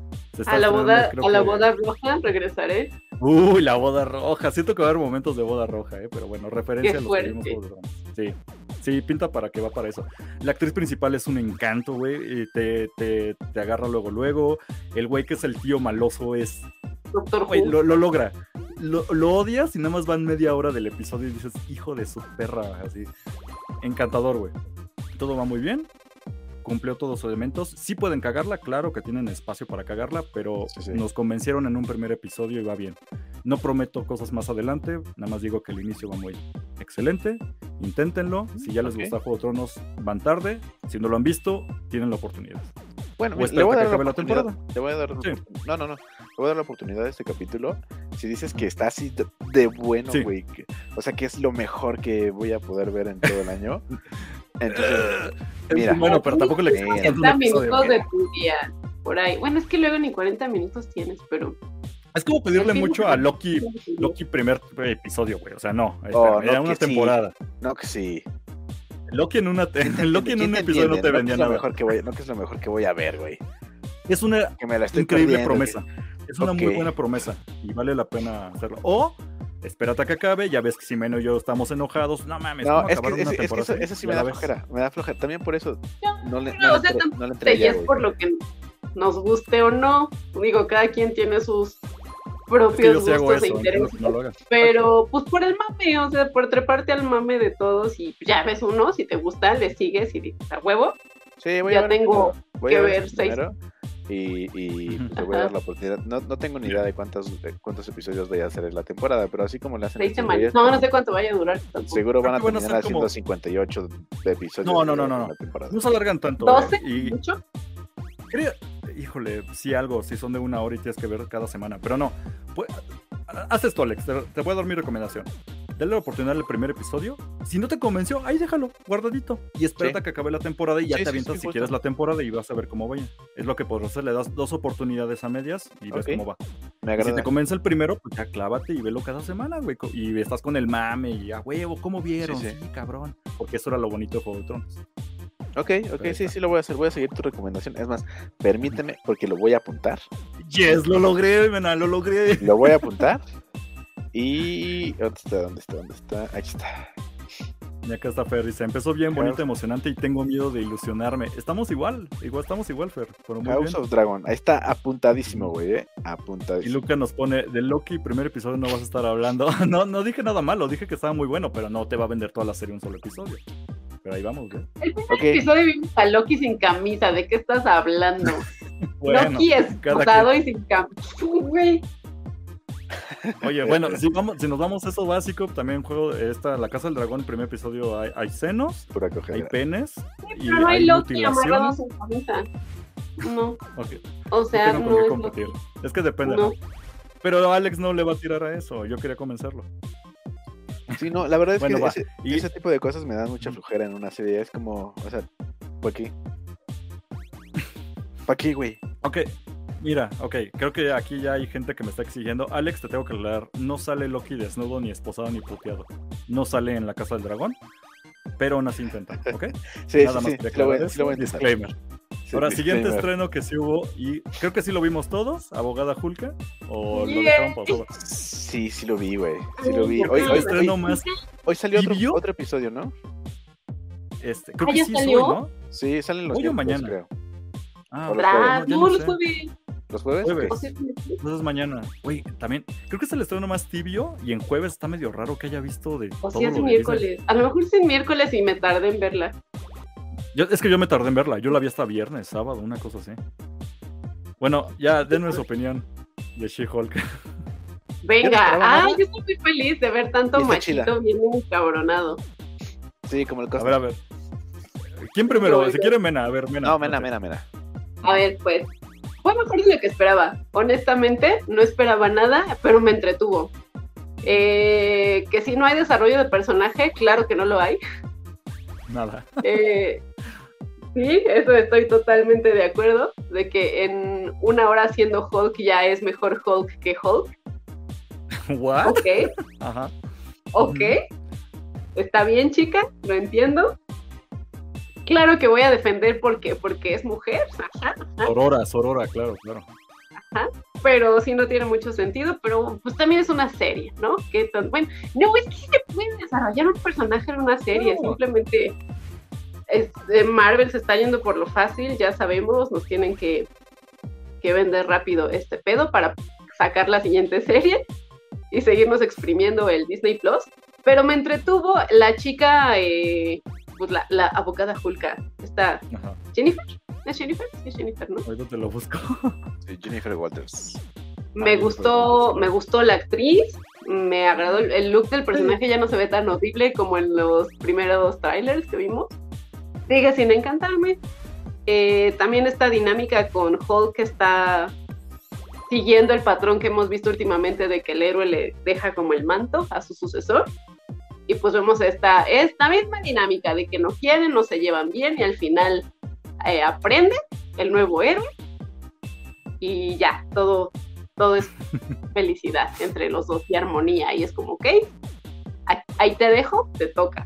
A la boda, a la que... boda roja regresaré. Uy, la boda roja. Siento que va a haber momentos de boda roja, ¿eh? Pero bueno, referencia Qué a los fuerte. que vimos Juegos de Tronos. Sí, sí, pinta para que va para eso. La actriz principal es un encanto, güey. Y te, te, te agarra luego, luego. El güey que es el tío maloso es... Doctor Güey, lo, lo logra. Lo, lo odias y nada más van media hora del episodio y dices, hijo de su perra, así. Encantador, güey. Todo va muy bien. Cumplió todos sus elementos. Sí pueden cagarla, claro que tienen espacio para cagarla, pero sí, sí. nos convencieron en un primer episodio y va bien. No prometo cosas más adelante, nada más digo que el inicio va muy excelente. Inténtenlo. Si ya les okay. gusta Juego de Tronos, van tarde. Si no lo han visto, tienen la oportunidad. Bueno, mira, le voy a dar la, la temporada. Le voy a dar sí. No, no, no. Le voy a dar la oportunidad de este capítulo. Si dices que está así de, de bueno, güey. Sí. O sea, que es lo mejor que voy a poder ver en todo el año. Entonces, mira. Bueno, pero tampoco le cuarenta minutos de tu día. Por ahí. Bueno, es que luego ni cuarenta minutos tienes, pero... Es como pedirle mucho a Loki, Loki primer episodio, güey. O sea, no. Oh, era no una temporada. Sí. No que sí. Loki en una te... Loki en un episodio no te no vendía es lo nada. Mejor que voy... No que es lo mejor que voy a ver, güey. Es una que me la estoy increíble perdiendo, promesa. Que... Es una okay. muy buena promesa y vale la pena hacerlo. O espérate a que acabe, ya ves que Ximeno y yo estamos enojados. No mames, no, es que, es, es que eso, eso sí me da flojera. Me da flojera. También por eso no le, no, no, o sea, le, no le entré es por lo que nos guste o no. Digo, cada quien tiene sus propios es que gustos eso, e intereses. No lo pero, pues por el mame, o sea, por treparte al mame de todos y ya ves uno, si te gusta, le sigues y dices a huevo. Sí, voy ya a ver, tengo voy que a ver seis. Y, y uh-huh. te voy a dar la oportunidad. No, no tengo ni idea de cuántos, de cuántos episodios vaya a hacer en la temporada, pero así como le hacen. Seis semanas. No, no sé cuánto vaya a durar. Tampoco. Seguro van a terminar van a haciendo como... cincuenta y ocho episodios. No, no, no, no. No, no se alargan tanto. ¿doce? Eh, y... ¿Mucho? Creo... Híjole, sí algo, si son de una hora y tienes que ver cada semana, pero no. Pues, haz esto, Alex, te, te voy a dar mi recomendación. Dale la oportunidad al primer episodio. Si no te convenció, ahí déjalo, guardadito. Y espérate sí. a que acabe la temporada y ya sí, te avientas sí, sí, si quieres la temporada y vas a ver cómo vaya. Es lo que podrás hacer, le das dos oportunidades a medias y ves okay. cómo va. Me y si te convence el primero, pues ya clávate y velo cada semana, güey. Y estás con el mame y a huevo, ¿cómo vieron? Sí, sí. sí, cabrón. Porque eso era lo bonito de Juego de Tronos. Ok, ok, sí, sí lo voy a hacer, voy a seguir tu recomendación. Es más, permíteme, porque lo voy a apuntar. Yes, lo logré, mena, lo logré. Lo voy a apuntar. Y... ¿Dónde está? ¿Dónde está? ¿Dónde está? Ahí está. Y acá está Fer, dice, empezó bien, bonito, emocionante y tengo miedo de ilusionarme. Estamos igual, igual estamos igual, Fer. Pero muy House bien. of Dragon, ahí está apuntadísimo, güey, eh. Apuntadísimo. Y Luca nos pone, de Loki, primer episodio no vas a estar hablando. no, no dije nada malo, dije que estaba muy bueno, pero no te va a vender toda la serie un solo episodio. Pero ahí vamos, güey. El primer okay. episodio vimos a Loki sin camisa, ¿de qué estás hablando? bueno, Loki esposado que... y sin camisa, güey. Oye, bueno, si, vamos, si nos vamos a eso básico, también juego esta, La Casa del Dragón, el primer episodio hay, hay senos, hay penes, sí, y pero no hay, hay Loki amarrado sin camisa. No. Okay. O sea, no tengo no con qué es competir. Lo... Es que depende. No. ¿no? Pero Alex no le va a tirar a eso, yo quería convencerlo. Sí, no, la verdad es bueno, que va. ese, y... ese tipo de cosas me dan mucha flojera en una serie. Es como, o sea, ¿para qué? ¿Para qué, güey? Ok, mira, ok, creo que aquí ya hay gente que me está exigiendo. Alex, te tengo que aclarar, no sale Loki desnudo, ni esposado, ni puteado. No sale en la Casa del Dragón, pero aún así intentan, ¿ok? Sí, Nada sí, más sí, quería sí, lo voy, aclarar sí lo voy a eso, intentar. disclaimer. Sí, Ahora, siguiente disclaimer. estreno que sí hubo, y creo que sí lo vimos todos, Abogada Julka, o Yeah. lo dejaron pausado. Sí, sí lo vi, güey. Sí lo vi. Hoy, Es el hoy, estreno hoy, más hoy salió otro, tibio. otro episodio, ¿no? Este, creo ¿Ah, que ya sí es salió? hoy, ¿no? Sí, salen los Hoy o miércoles, mañana. creo. Ah, O los Tras, jueves. ya no, no los sé. jueves. ¿Los jueves? Jueves. Ok. O sea, Entonces mañana. Güey, también, creo que es el estreno más tibio y en jueves está medio raro que haya visto de O todo si es lo de miércoles. Disney. A lo mejor es en miércoles y me tardé en verla. Yo, es que yo me tardé en verla, yo la vi hasta viernes, sábado, una cosa así. Bueno, ya, denme su opinión de She-Hulk. Venga, esperaba ah, nada. yo estoy muy feliz de ver tanto Y está machito chida. bien encabronado. Sí, como el A Cosmo. ver, a ver. ¿Quién primero? Yo, Si yo. quiere Mena, a ver, Mena. No, mena, ok. mena, mena. A ver, pues, fue mejor de lo que esperaba. Honestamente, no esperaba nada, pero me entretuvo. Eh, que si no hay desarrollo de personaje, claro que no lo hay. Nada. Eh, sí, eso estoy totalmente de acuerdo, de que en una hora siendo Hulk ya es mejor Hulk que Hulk. ¿What? Ok, Ajá. ok. Está bien, chica, lo entiendo. Claro que voy a defender porque, porque es mujer, ajá, ajá, Sorora, Sorora, claro, claro. ajá, pero sí no tiene mucho sentido, pero pues también es una serie, ¿no? Que tan, bueno, no, es que sí se puede desarrollar un personaje en una serie, No. simplemente es, eh, Marvel se está yendo por lo fácil, ya sabemos, nos tienen que, que vender rápido este pedo para sacar la siguiente serie y seguirnos exprimiendo el Disney Plus, pero me entretuvo la chica, eh, pues la, la abogada Hulka, está Ajá. Jennifer, ¿es Jennifer? Sí, es Jennifer, ¿no? Ahorita te lo busco. Sí, Jennifer Walters. Me Ah, gustó, Jennifer me gustó la actriz, me agradó el, el look del personaje, ya no se ve tan horrible como en los primeros trailers que vimos. Sigue sin encantarme. Eh, también esta dinámica con Hulk que está siguiendo el patrón que hemos visto últimamente de que el héroe le deja como el manto a su sucesor. Y pues vemos esta, esta misma dinámica de que no quieren, no se llevan bien y al final eh, aprende el nuevo héroe y ya, todo, todo es felicidad entre los dos y armonía y es como, ok, ahí, ahí te dejo, te toca.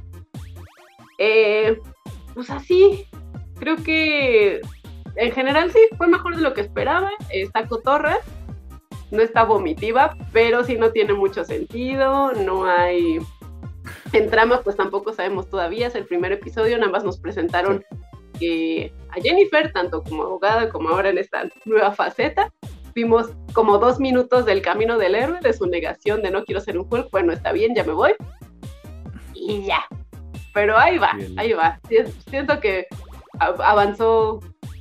Eh, pues así, creo que en general sí, fue mejor de lo que esperaba, está cotorra, no está vomitiva, pero sí no tiene mucho sentido, no hay... En trama, pues tampoco sabemos todavía, es el primer episodio, nada más nos presentaron eh, a Jennifer, tanto como abogada como ahora en esta nueva faceta. Vimos como dos minutos del camino del héroe, de su negación de no quiero ser un Hulk, bueno, está bien, ya me voy. Y ya. Pero ahí va, Bien. ahí va. Siento que avanzó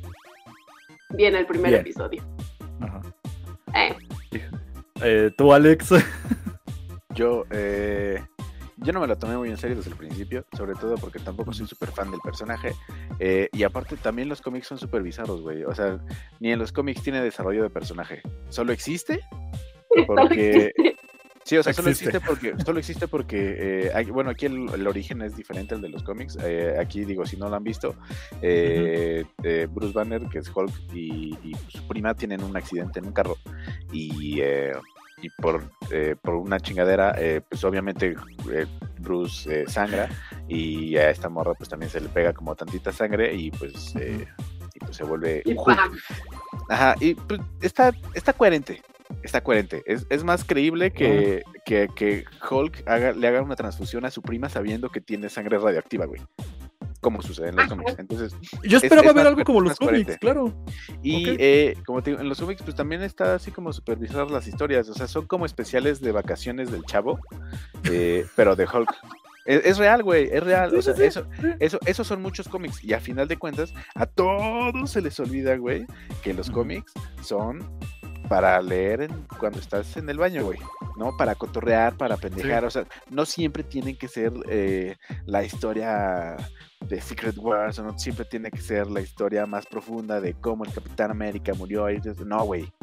bien el primer Bien. episodio. Ajá. Eh. Eh, ¿Tú, Alex? Yo, eh... Yo no me lo tomé muy en serio desde el principio, sobre todo porque tampoco soy súper fan del personaje. Eh, y aparte, también los cómics son súper bizarros, güey. O sea, ni en los cómics tiene desarrollo de personaje. Solo existe porque... Sí, o sea, solo Existe. existe porque, solo existe porque eh, hay- bueno, aquí el, el origen es diferente al de los cómics. Eh, aquí, digo, si no lo han visto, eh, eh, Bruce Banner, que es Hulk, y, y su prima tienen un accidente en un carro. Y... Eh, y por, eh, por una chingadera, eh, pues obviamente eh, Bruce eh, sangra y a esta morra pues también se le pega como tantita sangre y pues, eh, y, pues se vuelve Y un Hulk. ¡pam! Ajá, y pues está, está coherente, está coherente. Es, es más creíble que, que, que Hulk haga, le haga una transfusión a su prima sabiendo que tiene sangre radioactiva, güey. Como sucede en los cómics. Entonces, Yo Es- esperaba es ver más algo coher- como es los más cómics, coherente. claro. y Ok. eh, como te digo, en los cómics pues también está así como supervisar las historias, o sea, son como especiales de vacaciones del chavo, eh, pero de Hulk. Es, es real, güey, es real, Sí, o sea, sí, sí. eso, eso, esos son muchos cómics y a final de cuentas a todos se les olvida, güey, que los Ujú. cómics son para leer en- cuando estás en el baño, güey, ¿no? Para cotorrear, para pendejar, Sí. o sea, no siempre tienen que ser eh, la historia de Secret Wars, o no siempre tiene que ser la historia más profunda de cómo el Capitán América murió, y dices, no, güey,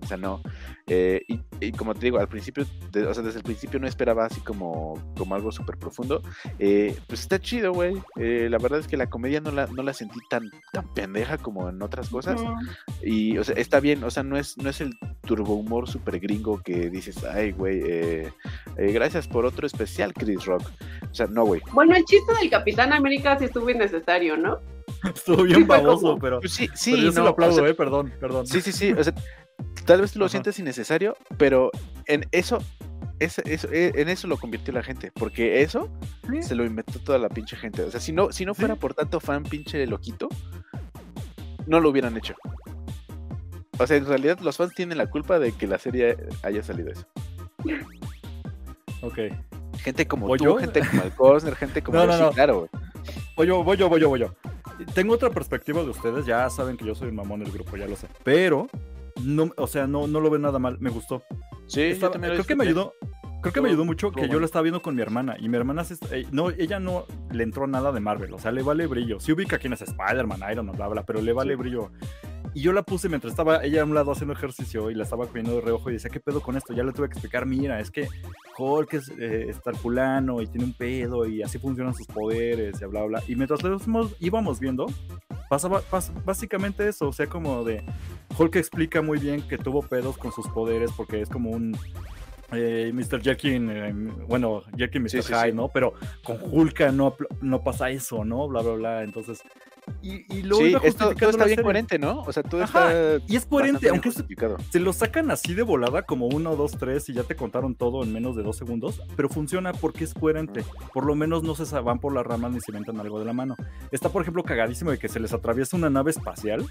O sea, no. Eh, y, y como te digo, al principio, de, o sea, desde el principio no esperaba así como, como algo súper profundo. Eh, pues está chido, güey. Eh, la verdad es que la comedia no la, no la sentí tan, tan pendeja como en otras cosas. Uh-huh. Y, o sea, está bien. O sea, no es, no es el turbo humor súper gringo que dices, ay, güey, eh, eh, gracias por otro especial, Chris Rock. O sea, no, güey. Bueno, el chiste del Capitán América sí estuvo innecesario, ¿no? Estuvo bien sí, baboso, como... pero, pues sí, sí, pero yo no, se lo aplaudo, o sea, eh, perdón, perdón. Sí, sí, sí, o sea, tal vez tú lo Ajá. sientes innecesario, pero en eso, eso, eso, en eso lo convirtió la gente, porque eso ¿Sí? se lo inventó toda la pinche gente. O sea, si no, si no fuera ¿Sí? por tanto fan pinche loquito, no lo hubieran hecho. O sea, en realidad los fans tienen la culpa de que la serie haya salido eso. Ok. Gente como tú, yo? gente como el Cosner, gente como no, no, sí, no. claro, güey. Voy yo, voy yo, voy yo, voy yo. Tengo otra perspectiva de ustedes, ya saben que yo soy el mamón del grupo, ya lo sé. Pero, no, o sea, no, no lo veo nada mal, me gustó. Sí, Estaba, yo también creo que me ayudó, creo que me ayudó mucho que bueno. yo lo estaba viendo con mi hermana, y mi hermana, se, eh, no, ella no le entró nada de Marvel, o sea, le vale brillo. Sí ubica quién es Spider-Man, Iron Man, bla, bla, pero le vale sí. brillo. Y yo la puse mientras estaba ella a un lado haciendo ejercicio y la estaba viendo de reojo y decía, ¿qué pedo con esto? Ya le tuve que explicar, mira, es que Hulk es eh, estar fulano y tiene un pedo y así funcionan sus poderes y bla, bla. Y mientras lo íbamos viendo, pasaba pas, básicamente eso, o sea, como de Hulk explica muy bien que tuvo pedos con sus poderes porque es como un... Eh, mister Jekyll, eh, bueno, Jekyll mister Sí, sí, Hyde, sí. ¿no? Pero con Hulk no, no pasa eso, ¿no? Bla, bla, bla, entonces... Y, y luego sí, esto todo está bien serie. coherente, ¿no? O sea, todo Ajá, está y es coherente, aunque se, se lo sacan así de volada como uno, dos, tres y ya te contaron todo en menos de dos segundos, pero funciona porque es coherente. Uh-huh. Por lo menos no se van por las ramas ni se inventan algo de la mano. Está, por ejemplo, cagadísimo de que se les atraviesa una nave espacial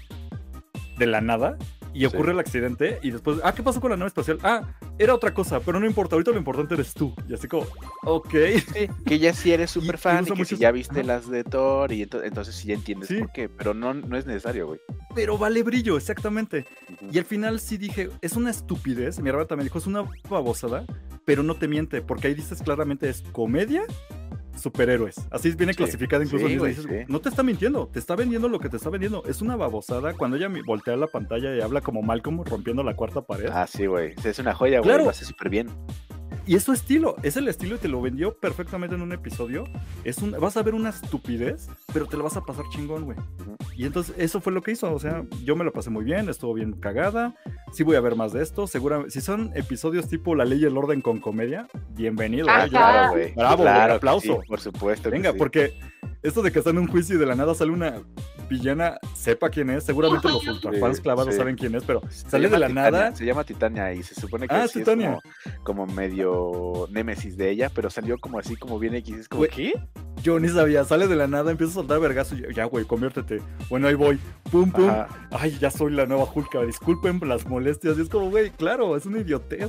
de la nada y ocurre sí. el accidente y después, ah, ¿qué pasó con la nave espacial? Ah, era otra cosa, pero no importa, ahorita lo importante eres tú. Y así como, ok. Sí, que ya sí eres súper fan y, y que muchos... si ya viste Ajá. las de Thor y ento- entonces sí ya entiendes sí. por qué, pero no, no es necesario, güey. Pero vale brillo, exactamente. Uh-huh. Y al final sí dije, es una estupidez, mi hermana también dijo, es una babosada, pero no te miente, porque ahí dices claramente es comedia, superhéroes. Así viene sí, clasificada incluso. Sí, güey, dices, sí. No te está mintiendo, te está vendiendo lo que te está vendiendo. Es una babosada. Cuando ella voltea la pantalla y habla como Malcolm rompiendo la cuarta pared. Ah, sí, güey. Es una joya, güey. Claro. Lo hace súper bien. Y es su estilo, es el estilo y te lo vendió perfectamente en un episodio. Es un, vas a ver una estupidez, pero te la vas a pasar chingón, güey. Uh-huh. Y entonces eso fue lo que hizo. O sea, yo me lo pasé muy bien, estuvo bien cagada. Sí voy a ver más de esto. Seguramente, si son episodios tipo La Ley y el Orden con comedia, bienvenido. Ah, ¿eh? claro, güey. Bravo, claro, un aplauso. Sí, por supuesto. Venga, sí. porque esto de que está en un juicio y de la nada sale una villana, sepa quién es, seguramente los ultrafans sí, clavados sí. saben quién es, pero se sale de la Titania, nada. Se llama Titania y se supone que ah, sí Titania. es como, como medio némesis de ella, pero salió como así, como bien X, es como, ¿qué? Yo ni sabía, sale de la nada, empieza a soltar vergazo, y ya, güey, conviértete. Bueno, ahí voy, pum, pum. Ajá. Ay, ya soy la nueva Hulk, disculpen las molestias. Y es como, güey, claro, es una idiotez.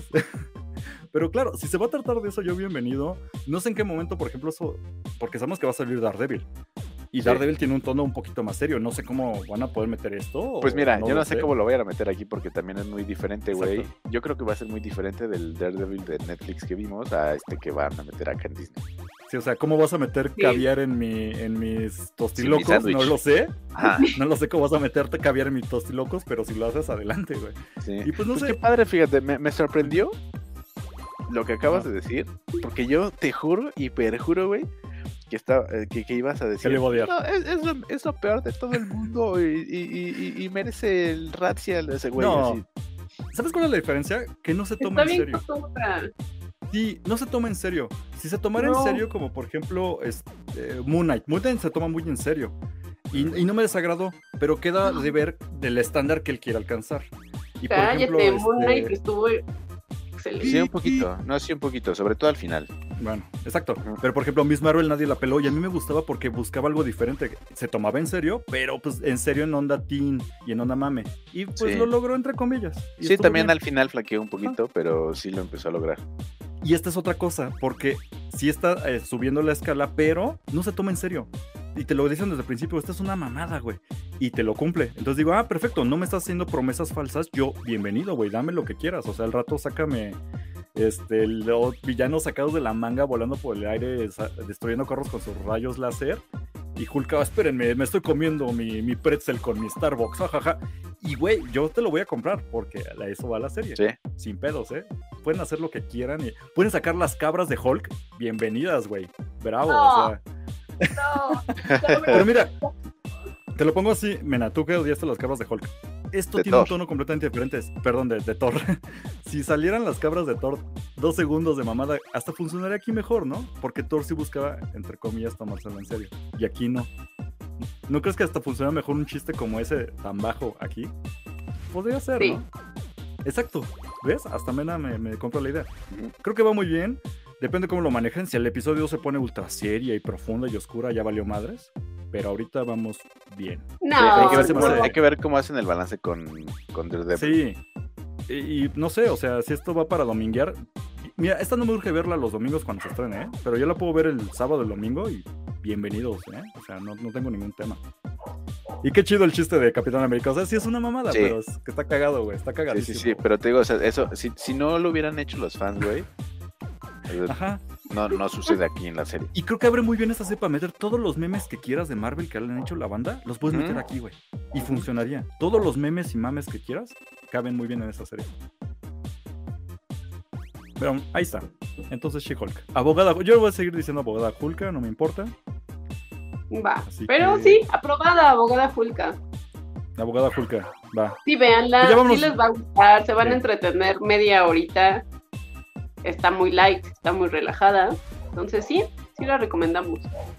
Pero claro, si se va a tratar de eso, yo bienvenido. No sé en qué momento, por ejemplo, eso, porque sabemos que va a salir Daredevil. Y sí. Daredevil tiene un tono un poquito más serio. No sé cómo van a poder meter esto. Pues mira, no yo no sé, sé cómo lo vayan a meter aquí porque también es muy diferente, güey. Yo creo que va a ser muy diferente del Daredevil de Netflix que vimos a este que van a meter acá en Disney. Sí, o sea, ¿cómo vas a meter sí. caviar en mi en mis tostilocos? Sí, mi no lo sé. Ajá. No lo sé cómo vas a meterte caviar en mis tostilocos, pero si lo haces, adelante, güey. Sí. Y pues no pues sé. Qué padre, fíjate, me, me sorprendió lo que acabas Ajá. de decir, porque yo te juro y perjuro, güey, que, está, que, que ibas a decir, no, es, es, lo, es lo peor de todo el mundo y, y, y, y merece el racial ese güey. No. Así. ¿Sabes cuál es la diferencia? Que no se toma en serio. Sí, no se toma en serio. Si se tomara no. en serio, como por ejemplo este, Moon Knight. Moon Knight se toma muy en serio. Y, y no me desagradó, pero queda de ver del estándar que él quiere alcanzar. Y por Cállate, ejemplo, Moon Knight este... estuvo excelente. Sí, un poquito, no, sí, un poquito, sobre todo al final. Bueno, exacto. Pero por ejemplo, Miss Marvel nadie la peló y a mí me gustaba porque buscaba algo diferente. Se tomaba en serio, pero pues en serio en onda teen y en onda mame. Y pues sí. lo logró entre comillas. Y sí, también bien. Al final flaqueó un poquito, ah. pero sí lo empezó a lograr. Y esta es otra cosa, porque sí está eh, subiendo la escala, pero no se toma en serio. Y te lo dicen desde el principio, esta es una mamada, güey. Y te lo cumple. Entonces digo, ah, perfecto, no me estás haciendo promesas falsas. Yo, bienvenido, güey, dame lo que quieras. O sea, al rato sácame este, los villanos sacados de la manga volando por el aire, destruyendo carros con sus rayos láser. Y Hulk, oh, espérenme, me estoy comiendo mi, mi pretzel con mi Starbucks, jajaja. Y, güey, yo te lo voy a comprar porque a eso va la serie. Sí. Sin pedos, ¿eh? Pueden hacer lo que quieran y pueden sacar las cabras de Hulk. Bienvenidas, güey. Bravo, no, o sea. No. Pero mira, te lo pongo así, Mena, tú que odiaste las cabras de Hulk. Esto de tiene Thor. un tono completamente diferente. Perdón, de, de Thor. Si salieran las cabras de Thor dos segundos de mamada, hasta funcionaría aquí mejor, ¿no? Porque Thor sí buscaba, entre comillas, tomárselo en serio. Y aquí no. ¿No crees que hasta funciona mejor un chiste como ese tan bajo aquí? Podría ser, Sí. ¿no? Exacto. ¿Ves? Hasta Mena me, me compra la idea. Creo que va muy bien. Depende cómo lo manejen. Si el episodio se pone ultra seria y profunda y oscura, ya valió madres. Pero ahorita vamos bien. No, Sí, hay, que ver se cómo, pasa. hay que ver cómo hacen el balance con, con Daredevil. Sí. Y, y no sé, o sea, si esto va para dominguear. Mira, esta no me urge verla los domingos cuando se estrene, ¿eh? Pero yo la puedo ver el sábado, el domingo y bienvenidos, ¿eh? O sea, no, no tengo ningún tema. Y qué chido el chiste de Capitán América. O sea, sí es una mamada, Sí. pero es que está cagado, güey. Está Sí, cagadísimo. sí, sí, pero te digo, o sea, eso, si, si no lo hubieran hecho los fans, güey, eh, Ajá. no, no sucede aquí en la serie. Y creo que abre muy bien esta serie para meter todos los memes que quieras de Marvel que le han hecho la banda, los puedes Ujú. meter aquí, güey. Y funcionaría. Todos los memes y mames que quieras caben muy bien en esta serie. Pero ahí está. Entonces She-Hulk. Abogada, yo voy a seguir diciendo abogada Hulka, no me importa. Va. Así Pero que- sí, aprobada, abogada Fulca. Abogada Hulka, va. Sí, véanla, Pues ya vámonos. sí les va a gustar, se van Sí. a entretener media horita. Está muy light, está muy relajada. Entonces sí, sí la recomendamos.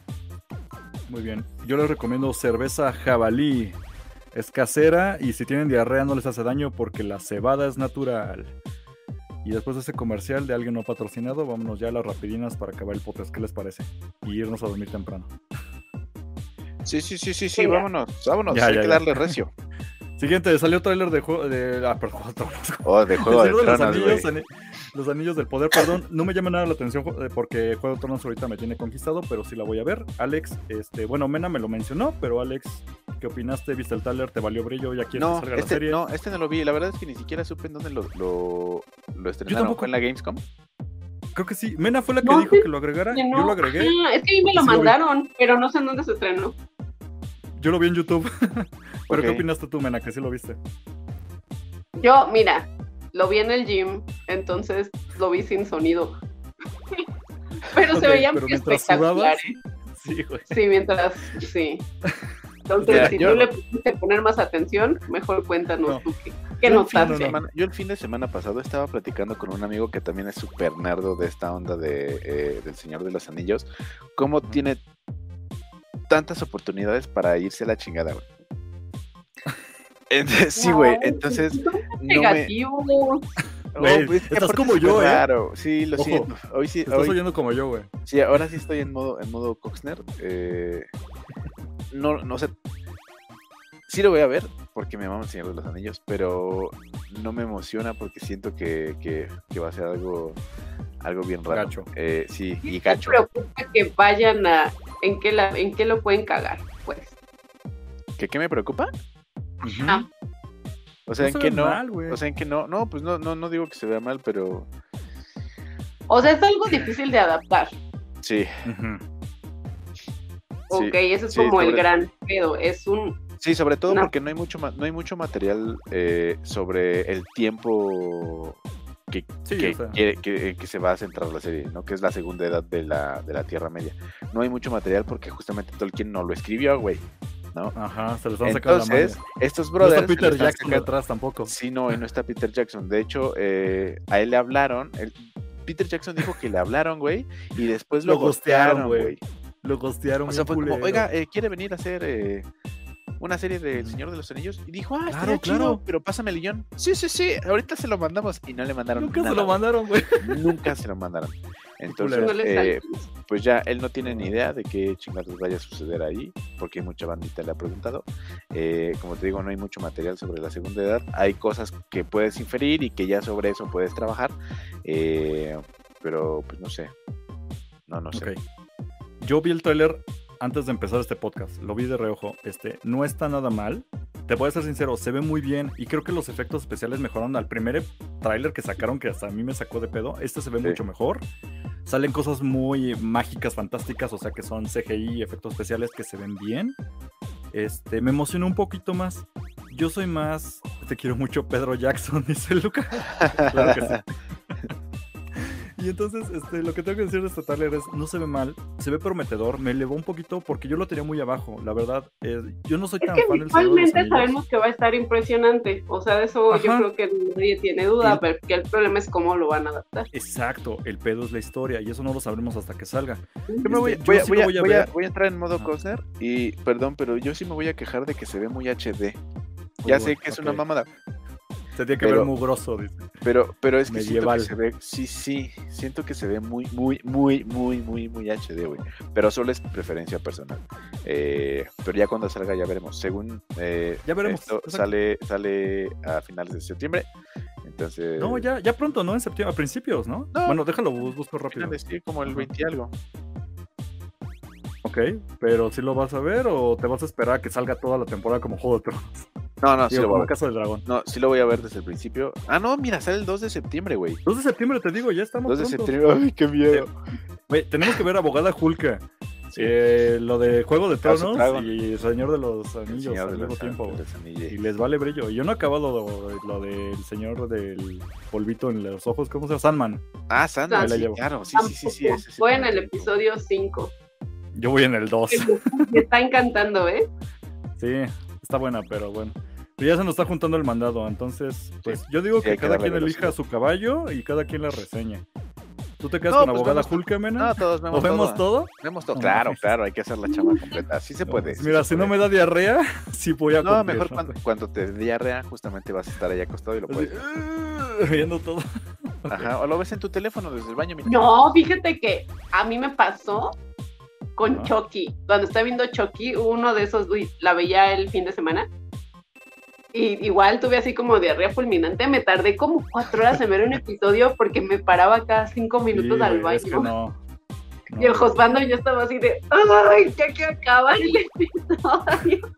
Muy bien. Yo les recomiendo cerveza jabalí. Es casera y si tienen diarrea no les hace daño porque la cebada es natural. Y después de ese comercial de alguien no patrocinado, vámonos ya a las rapidinas para acabar el podcast. ¿Qué les parece? Y irnos a dormir temprano. Sí, sí, sí, sí, sí, Venga. vámonos, vámonos, Ya, hay ya, que ya. darle recio. Siguiente, salió tráiler de juego de... Ah, perdón, otro. Oh, de Juego de El Señor de los Tronos, güey. anillos, ani- los anillos del poder, perdón, no me llama nada la atención eh, porque Juego de Tronos ahorita me tiene conquistado, pero sí la voy a ver. Alex, este, bueno, Mena me lo mencionó, pero Alex, ¿qué opinaste? ¿Viste el tráiler? ¿Te valió brillo? ¿Ya quieres No, que salga la este serie? no, este no lo vi, la verdad es que ni siquiera supe en dónde lo, lo, lo estrenaron. tampoco. ¿Fue en la Gamescom? Creo que sí. Mena fue la que No, dijo sí, que lo agregara. Que no. Yo lo agregué. Ah, es que a mí me lo Sí lo vi. mandaron, pero no sé en dónde se estrenó. Yo lo vi en YouTube. Pero ¿qué Ok. opinaste tú, Mena? Que sí lo viste. Yo, mira, lo vi en el gym, entonces lo vi sin sonido. Pero Ok, se veía pero muy mientras espectacular. sudabas, Sí, güey. Sí, mientras, sí. Entonces, Mira, si yo- tú le pusiste poner más atención, mejor cuéntanos No. tú qué, qué Yo el fin de notaste. semana- Yo el fin de semana pasado estaba platicando con un amigo que también es súper nerdo de esta onda de, eh, del Señor de los Anillos, cómo Ujú. tiene tantas oportunidades para irse a la chingada, güey. Entonces, sí, güey, Ay, entonces son no me... negativos. Güey, pues, es que estás aparte como es yo, súper ¿eh? raro. Sí, lo Ojo, siento. Hoy sí, Te estás hoy, oyendo como yo, güey. sí, ahora sí estoy en modo, en modo Coxner. Eh, no, no sé. Sí lo voy a ver porque me mama el Señor de los Anillos, pero no me emociona porque siento que, que, que va a ser algo, algo bien raro. Gacho. Eh, sí, y Me gacho. preocupa que vayan a. ¿En qué, la, en qué lo pueden cagar? Pues. ¿Qué, ¿Qué me preocupa? Ujú. Ah. O sea, No en se que ve no. mal, güey. O sea, en que no. No, pues no, no, no digo que se vea mal, pero O sea, es algo difícil de adaptar. sí. Ujú. Ok, ese es sí, como el sobre- gran pedo. Es un. Sí, sobre todo No. porque no hay mucho ma- no hay mucho material eh, sobre el tiempo que, Sí, que, o sea. que- que- que se va a centrar la serie, ¿no? Que es la segunda edad de la, de la Tierra Media. No hay mucho material porque justamente Tolkien no lo escribió, güey, ¿no? Ajá, se les van sacando la Entonces, mano. estos No brothers... está Peter le están Jackson sacando- detrás tampoco. Sí, no, y no está Peter Jackson. De hecho, eh, a él le hablaron... el- Peter Jackson dijo que le hablaron, güey, y después lo, Lo gostearon, gostearon, güey. güey. Lo gostearon. O sea, bien fue como, culero. oiga, eh, ¿quiere venir a hacer eh, una serie del Señor de los Anillos? Y dijo, ah, Claro, estaría chido, claro. pero pásame el guión. Sí, sí, sí, ahorita se lo mandamos. Y no le mandaron Nunca nada. se lo mandaron, güey. Nunca se lo mandaron. Entonces, No les eh, alcanza. pues ya él no tiene ni idea de qué chingados vaya a suceder ahí, porque mucha bandita le ha preguntado. Eh, como te digo, no hay mucho material sobre la segunda edad. Hay cosas que puedes inferir y que ya sobre eso puedes trabajar. Eh, pero, pues no sé. No, no sé. Ok. Yo vi el tráiler antes de empezar este podcast. Lo vi de reojo. Este, no está nada mal. Te voy a ser sincero, se ve muy bien. Y creo que los efectos especiales mejoraron al primer tráiler que sacaron, que hasta a mí me sacó de pedo. Este se ve Sí. mucho mejor. Salen cosas muy mágicas, fantásticas. O sea que son C G I, efectos especiales que se ven bien. Este, me emocionó un poquito más. yo soy más, te quiero mucho Pedro Jackson, dice Luca. Claro que sí. Y entonces, este, lo que tengo que decir de este tráiler es, no se ve mal, se ve prometedor, me elevó un poquito porque yo lo tenía muy abajo, la verdad, eh, yo no soy es tan que fan del Señor de los visualmente Anillos. sabemos que va a estar impresionante, o sea, de eso Ajá. yo creo que nadie tiene duda, Y- pero que el problema es cómo lo van a adaptar. Exacto, el pedo es la historia y eso no lo sabremos hasta que salga. Yo me voy, Este, voy, yo a, sí voy, lo a, voy a voy a- ver. voy a entrar en modo Ajá. Cosner y, perdón, pero yo sí me voy a quejar de que se ve muy H D. Ya Muy sé bueno, que es ok. una mamada, Se tiene que pero- ver mugroso, dice. pero, pero es que Medieval. siento que se ve, sí, sí, siento que se ve muy, muy, muy, muy, muy, muy H D, güey. Pero solo es preferencia personal. Eh, pero ya cuando salga ya veremos. Según eh, Ya veremos, esto exacto. sale, sale a finales de septiembre. Entonces. No, ya, ya pronto, ¿no? En septiembre, a principios, ¿no? No. Bueno, déjalo, bus- busco rápido. finales, sí, como el Ajá. veinte y algo. Ok, pero ¿sí lo vas a ver o te vas a esperar a que salga toda la temporada como Juego de Tronos? No, no, sí Digo, lo voy a como ver. Casa del Dragón. No, sí lo voy a ver desde el principio. Ah, no, mira, sale el dos de septiembre, güey. dos de septiembre, te digo, ya estamos dos de pronto. septiembre, ay, qué miedo. Güey, tenemos que ver Abogada Hulka. Sí. Eh, lo de Juego de House of Tronos Dragon. y Señor de los El Anillos Señor al de mismo los- tiempo. de güey. los Anillos. Y les vale brillo. Yo no he acabado lo, lo del Señor del polvito en los ojos. ¿Cómo se llama? Sandman. Ah, Sandman, Ahí la sí, llevo. claro, sí, sí, sí, sí. ese sí Fue me en el acuerdo. episodio cinco. Yo voy en el dos. Me está encantando, ¿eh? Sí, está buena, pero bueno. Pero ya se nos está juntando el mandado. Entonces, pues yo digo Sí, que hay que cada darle quien elija velocidad. su caballo y cada quien la reseñe. ¿Tú te quedas No, con pues Abogada vemos- Hulka, Mena? No, todos ¿Lo vemos, vemos todo. todo? Vemos todo. No Claro, mames. claro, hay que hacer la chama completa. Sí se puede. Pues sí mira, se si no puede. me da diarrea, sí voy a No, cumplir, mejor cuando, cuando te dé diarrea, justamente vas a estar ahí acostado y lo Así, puedes. "Ugh", viendo todo. Ajá, o lo ves en tu teléfono desde el baño, mira. No, fíjate que a mí me pasó con Ajá. Chucky. Cuando estaba viendo Chucky, uno de esos, uy, la veía el fin de semana. Y igual tuve así como diarrea fulminante. Me tardé como cuatro horas en ver un episodio porque me paraba cada cinco minutos Sí, al güey, baño. es que no. No, Y el güey. Josbando ya estaba así de, ¡ay, ya que acaba el episodio!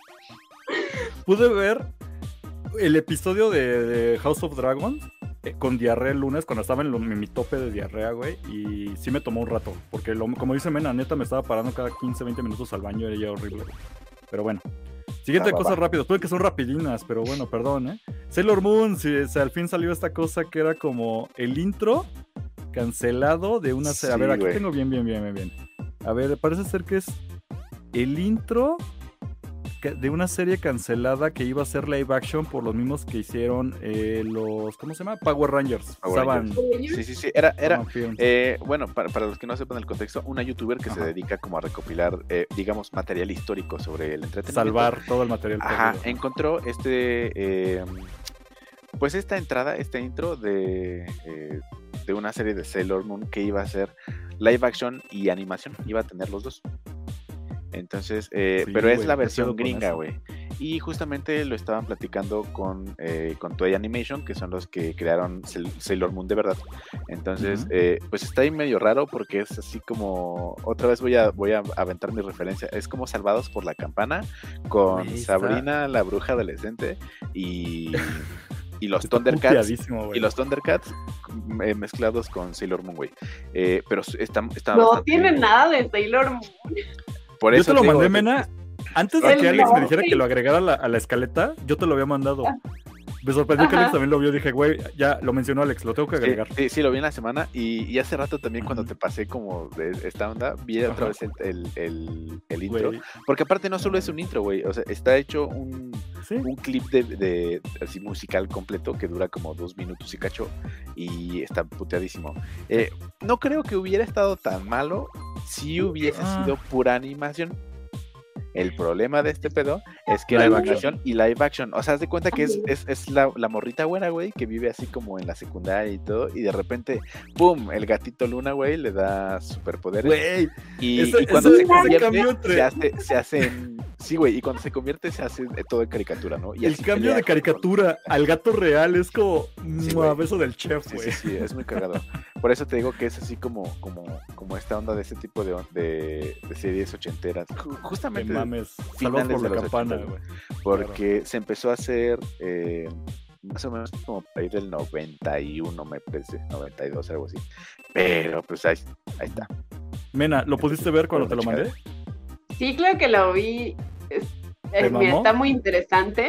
Pude ver el episodio de, de House of Dragons eh, con diarrea el lunes cuando estaba en, lo- en mi tope de diarrea, güey. Y sí me tomó un rato. Porque lo- como dice Mena, neta me estaba parando cada quince, veinte minutos al baño. Era ya horrible, güey. Pero bueno. Siguiente Ah, va, cosa va. rápido. Puede que son rapidinas, pero bueno, perdón, ¿eh? Sailor Moon, si, si al fin salió esta cosa que era como el intro cancelado de una serie. A Sí, ver, aquí güey. tengo bien, bien, bien, bien, bien. A ver, parece ser que es el intro ca- de una serie cancelada que iba a ser live action por los mismos que hicieron eh, los, ¿cómo se llama? Power Rangers. Power Saban, Sí, sí, sí. Era, era, Saban Films. eh, bueno, para, para los que no sepan el contexto, una youtuber que se Ajá. dedica como a recopilar, eh, digamos, material histórico sobre el entretenimiento. Salvar todo el material Ajá, perdido. encontró este, eh, pues esta entrada, este intro de, eh, de una serie de Sailor Moon que iba a ser live action y animación, iba a tener los dos. Entonces, eh, Sí, pero es güey, la qué versión pedo con gringa, eso. güey. Y justamente lo estaban platicando con, eh, con Toei Animation, que son los que crearon Sail- Sailor Moon de verdad. Entonces, Ujú. eh, pues está ahí medio raro porque es así como, otra vez voy a, voy a aventar mi referencia, es como Salvados por la Campana con Güey, está- Sabrina la bruja adolescente y, y los Está Thundercats. puteadísimo, güey. Y los Thundercats eh, mezclados con Sailor Moon, güey. Eh, pero está, está No bastante tiene bien. nada de Sailor Moon. Por Yo eso te lo digo, mandé, que- Mena. Antes de El que Alex me dijera nombre. que lo agregara a la, a la escaleta, yo te lo había mandado. Me sorprendió que Ajá. Alex también lo vio. Dije, güey, ya lo mencionó Alex, lo tengo que Sí, agregar. sí, sí, lo vi en la semana y, y hace rato también cuando Ujú. te pasé como de esta onda, vi Ajá. otra vez el, el, el- el intro. Güey, Porque aparte no solo es un intro, güey, o sea, está hecho un, sí. un clip de, de así musical completo que dura como dos minutos y cacho y está puteadísimo. Eh, no creo que hubiera estado tan malo si hubiese Ah. sido pura animación. El problema de este pedo es que Live la action. animación y live action, o sea, haz de cuenta que es, es, es la, la morrita buena, güey, que vive así como en la secundaria y todo, y de repente, ¡pum!, el gatito Luna, güey, le da superpoderes. Güey, Y, ese- y cuando ese- se ese convierte, cambio entre- se hace, se hace en- sí, güey, y cuando se convierte se hace de todo en caricatura, ¿no? Y el así cambio pelea de con- caricatura al gato real es como Sí, ¡mua! güey. Beso del chef, Sí, güey. sí, sí, es muy cagado. Por eso te digo que es así como, como, como esta onda de ese tipo de, de, de series ochenteras. Ju- Que Justamente mames, finales salvados por de la los campana, ochentas, güey. porque se empezó a hacer eh, más o menos como para ir del noventa y uno, me parece, noventa y dos, algo así. Pero pues ahí, ahí está. Mena, ¿lo pudiste ver cuando te lo mandé? Sí, claro que lo vi. Es- ¿Te es- mira, mamó? está muy interesante.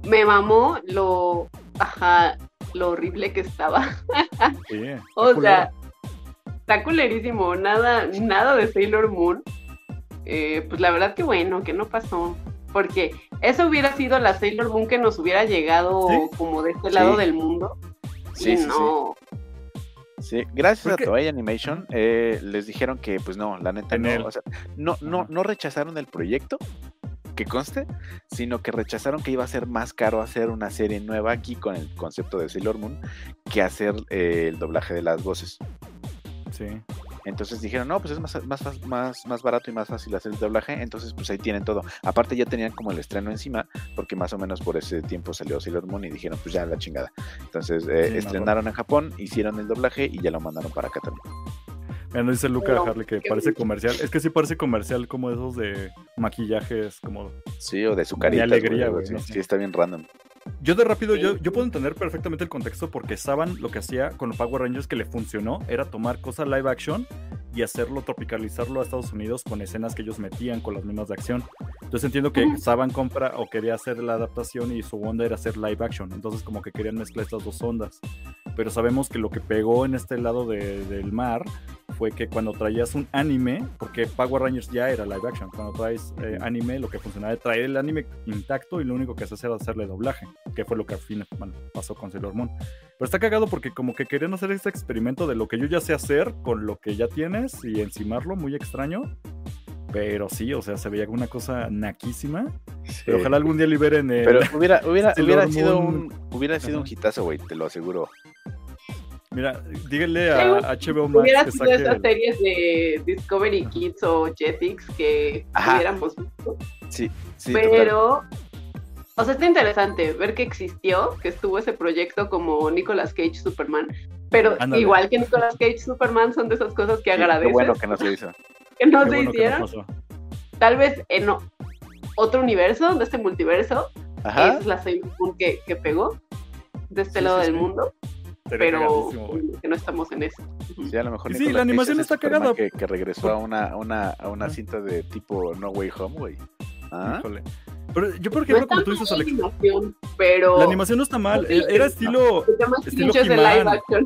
me mamó lo, ajá, lo horrible que estaba. Sí, o sea, está culerísimo, nada, nada de Sailor Moon. Eh, pues la verdad que bueno, que no pasó. Porque eso hubiera sido la Sailor Moon que nos hubiera llegado ¿sí? como de este sí. lado del mundo. Sí, y sí, no. Sí. sí, gracias a Toei Animation eh, les dijeron que pues no, la neta en no, el... o sea, no, no, no rechazaron el proyecto, que conste, sino que rechazaron que iba a ser más caro hacer una serie nueva aquí con el concepto de Sailor Moon que hacer eh, el doblaje de las voces. Sí. Entonces dijeron, no, pues es más, más, más, más barato y más fácil hacer el doblaje, entonces pues ahí tienen todo. Aparte ya tenían como el estreno encima, porque más o menos por ese tiempo salió Sailor Moon y dijeron, pues ya la chingada. Entonces eh, sí, estrenaron en Japón, hicieron el doblaje y ya lo mandaron para acá también. Mira, nos dice Luca no, Harley que parece comercial. Es que sí parece comercial como esos de maquillajes, como... Sí, o de su carita. De alegría, güey. Sí, no sí, está bien random. Yo de rápido, yo, yo puedo entender perfectamente el contexto porque Saban lo que hacía con los Power Rangers que le funcionó era tomar cosas live action y hacerlo, tropicalizarlo a Estados Unidos con escenas que ellos metían con las mismas de acción. Entonces entiendo que Saban compra o quería hacer la adaptación y su onda era hacer live action. Entonces como que querían mezclar estas dos ondas. Pero sabemos que lo que pegó en este lado de, del mar fue que cuando traías un anime, porque Power Rangers ya era live action, cuando traes eh, anime, lo que funcionaba era traer el anime intacto y lo único que haces era hacerle doblaje, que fue lo que al fin bueno, pasó con Sailor Moon. Pero está cagado porque como que querían hacer este experimento de lo que yo ya sé hacer con lo que ya tienes y encimarlo, muy extraño. Pero sí, o sea, se veía una cosa naquísima. Sí. Pero ojalá algún día liberen el... Pero hubiera, hubiera, hubiera sido un hubiera sido un hitazo, güey, te lo aseguro. Mira, díganle a H B O Max hubiera que sido saque estas el... series de Discovery Kids o Jetix que Ajá. hubiéramos visto. Sí, sí. Pero, total. O sea, está interesante ver que existió, que estuvo ese proyecto como Nicolas Cage Superman. Pero Ándale. Igual que Nicolas Cage Superman son de esas cosas que sí, agradeces. Qué bueno que no se hizo. Que no qué se bueno hicieron. Que no Tal vez en otro universo, de este multiverso, Ajá. esa es la Sailor Moon que, que pegó de este sí, lado sí, del sí. mundo. Pero que no estamos en eso. Sí, a lo mejor sí, la animación está cagada. Que, que regresó a una, una, a una cinta de tipo No Way Home, güey. ¿Ah? Híjole. Pero yo, por ejemplo, no como tú dices, Alex. Animación, pero... La animación no está mal. Sí, era estilo. Estilo de live action.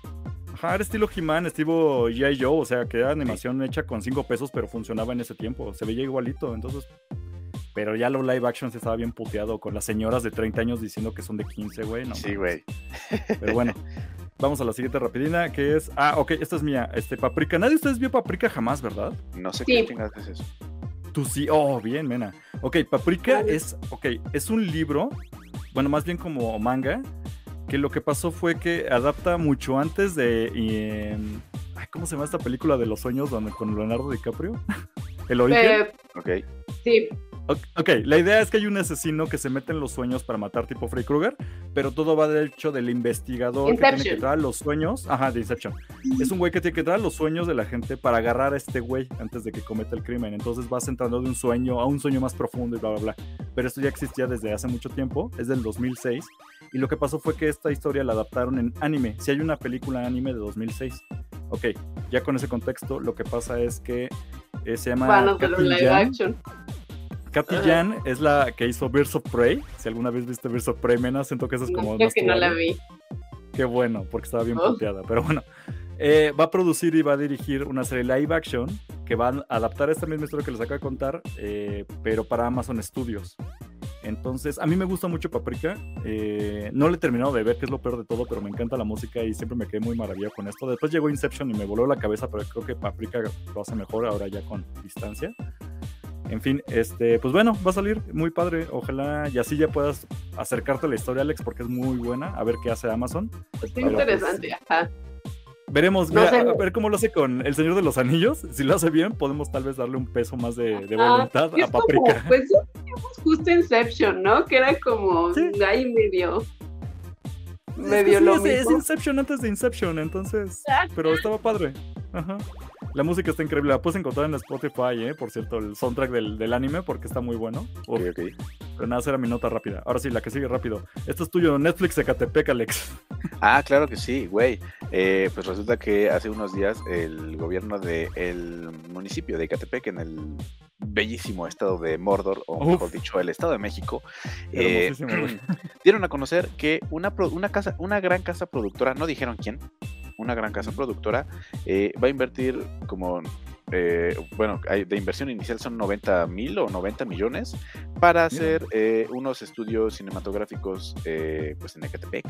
Ajá, era estilo He-Man, estilo G I. Joe. O sea, que era animación sí. hecha con cinco pesos, pero funcionaba en ese tiempo. Se veía igualito. Entonces. Pero ya lo live action se estaba bien puteado con las señoras de treinta años diciendo que son de quince, güey. No, sí, güey. Pero bueno, vamos a la siguiente rapidina, que es... Ah, ok, esta es mía. Este, Paprika. Nadie de ustedes vio Paprika jamás, ¿verdad? No sé sí. qué chingados es eso. Tú sí. Oh, bien, mena. Ok, Paprika Ay. es... Ok, es un libro, bueno, más bien como manga, que lo que pasó fue que adapta mucho antes de... Eh, ¿cómo se llama esta película de los sueños donde, con Leonardo DiCaprio? ¿El origen? Eh, ok. Sí. Ok, la idea es que hay un asesino que se mete en los sueños para matar tipo Freddy Krueger, pero todo va de hecho del investigador Inception. Que tiene que traer los sueños. Ajá, de Inception. Es un güey que tiene que traer los sueños de la gente para agarrar a este güey antes de que cometa el crimen. Entonces vas entrando de un sueño a un sueño más profundo y bla, bla, bla. Pero esto ya existía desde hace mucho tiempo, es del dos mil seis. Y lo que pasó fue que esta historia la adaptaron en anime. Si hay una película anime de dos mil seis. Ok, ya con ese contexto, lo que pasa es que eh, se llama... Bueno, pero live action. Katy uh-huh. Jan es la que hizo Birds of Prey. Si alguna vez viste Birds of Prey, Mena, siento que eso es como... No, que no la vi. Qué bueno, porque estaba bien oh. puteada. Pero bueno, eh, va a producir y va a dirigir una serie live action que va a adaptar esta misma historia que les acabo de contar, eh, pero para Amazon Studios. Entonces, a mí me gusta mucho Paprika. Eh, no le he terminado de ver, que es lo peor de todo, pero me encanta la música y siempre me quedé muy maravillado con esto. Después llegó Inception y me voló la cabeza, pero creo que Paprika lo hace mejor ahora ya con distancia. En fin, este, pues bueno, va a salir muy padre. Ojalá y así ya puedas acercarte a la historia, Alex, porque es muy buena. A ver qué hace Amazon. Es interesante, pues, ajá. Veremos, mira, no sé. A ver cómo lo hace con El Señor de los Anillos. Si lo hace bien, podemos tal vez darle un peso más de, de voluntad ah, a Paprika. Como, pues teníamos justo Inception, ¿no? Que era como ¿sí? ahí medio... medio es lo sí, mismo. Es Inception antes de Inception, entonces... pero estaba padre. Ajá. La música está increíble, la puedes encontrar en Spotify, ¿eh? Por cierto, el soundtrack del, del anime, porque está muy bueno. Uf. Ok, ok. Pero nada, esa era mi nota rápida. Ahora sí, la que sigue rápido. Esto es tuyo, Netflix Ecatepec, Alex. Ah, claro que sí, güey. Eh, pues resulta que hace unos días el gobierno del municipio de Ecatepec, en el bellísimo estado de Mordor, o mejor Uf. dicho, el estado de México, eh, dieron a conocer que una, una, casa, una gran casa productora, no dijeron quién, una gran casa productora, eh, va a invertir como... Eh, bueno, de inversión inicial son noventa mil o noventa millones para hacer eh, unos estudios cinematográficos eh, pues en Ecatepec,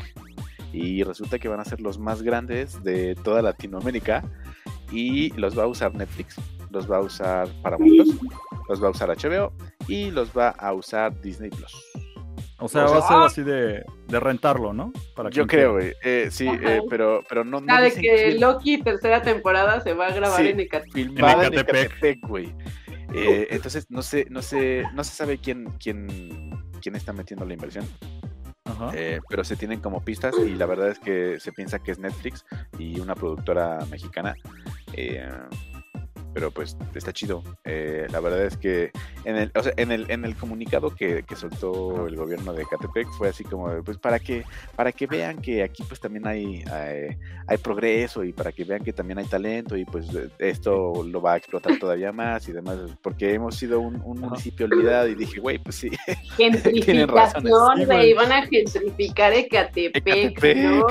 y resulta que van a ser los más grandes de toda Latinoamérica, y los va a usar Netflix, los va a usar Paramount Plus, los va a usar H B O y los va a usar Disney Plus. O sea, o sea, va a ser así de, de rentarlo, ¿no? Para yo creo, güey. Eh, sí, eh, pero, pero no... no ah, de que quién. Loki, tercera temporada, se va a grabar sí, en Ecatepec. Filmada en Ecatepec, güey. Eh, entonces, no sé, no sé, no se sabe quién, quién, quién está metiendo la inversión. Ajá. Eh, pero se tienen como pistas, y la verdad es que se piensa que es Netflix y una productora mexicana. Eh, pero pues está chido. Eh, la verdad es que en el, o sea, en el, en el comunicado que, que soltó el gobierno de Ecatepec fue así como, pues para que, para que vean que aquí pues también hay, hay, hay progreso, y para que vean que también hay talento, y pues esto lo va a explotar todavía más y demás, porque hemos sido un, un municipio olvidado. Y dije, güey, pues sí. Gentrificación, güey, van a gentrificar Ecatepec, Ecatepec. ¿No?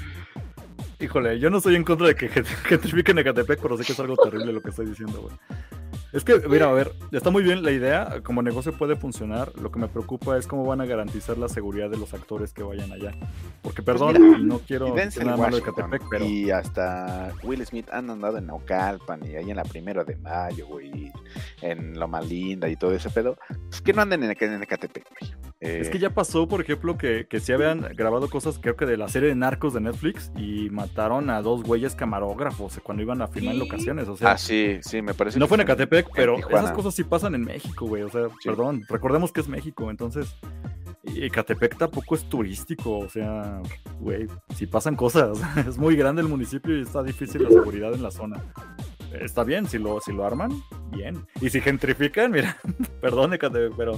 Híjole, yo no estoy en contra de que gentrifiquen Ecatepec, pero sé que es algo terrible lo que estoy diciendo, güey. Es que, mira, a ver, está muy bien la idea, como negocio puede funcionar. Lo que me preocupa es cómo van a garantizar la seguridad de los actores que vayan allá. Porque, perdón, pues mira, y no quiero decir nada malo de Ecatepec, pero... Y hasta Will Smith han andado en Naucalpan, y ahí en la Primero de Mayo, güey, en Loma Linda y todo ese pedo. Pues que no anden en, en Ecatepec, güey. Eh... Es que ya pasó, por ejemplo, que, que sí habían grabado cosas, creo que de la serie de Narcos de Netflix, y mataron a dos güeyes camarógrafos cuando iban a filmar ¿Sí? en locaciones, o sea... Ah, sí, sí, me parece... No fue en Ecatepec, pero esas cosas sí pasan en México, güey, o sea, sí. perdón, recordemos que es México, entonces Ecatepec tampoco es turístico, o sea, güey, sí pasan cosas, es muy grande el municipio y está difícil la seguridad en la zona. Está bien, si lo, si lo arman, bien. Y si gentrifican, mira, perdón Ecatepec, pero...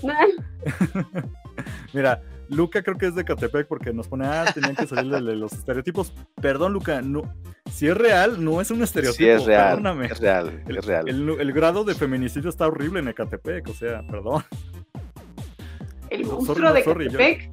Mira, Luca creo que es de Ecatepec porque nos pone, ah, tenían que salir de los estereotipos. Perdón, Luca, no, si es real, no es un estereotipo. Sí, es real, perdóname. es real, el, es real. El, el, el grado de feminicidio está horrible en Ecatepec, o sea, perdón. El monstruo de Ecatepec.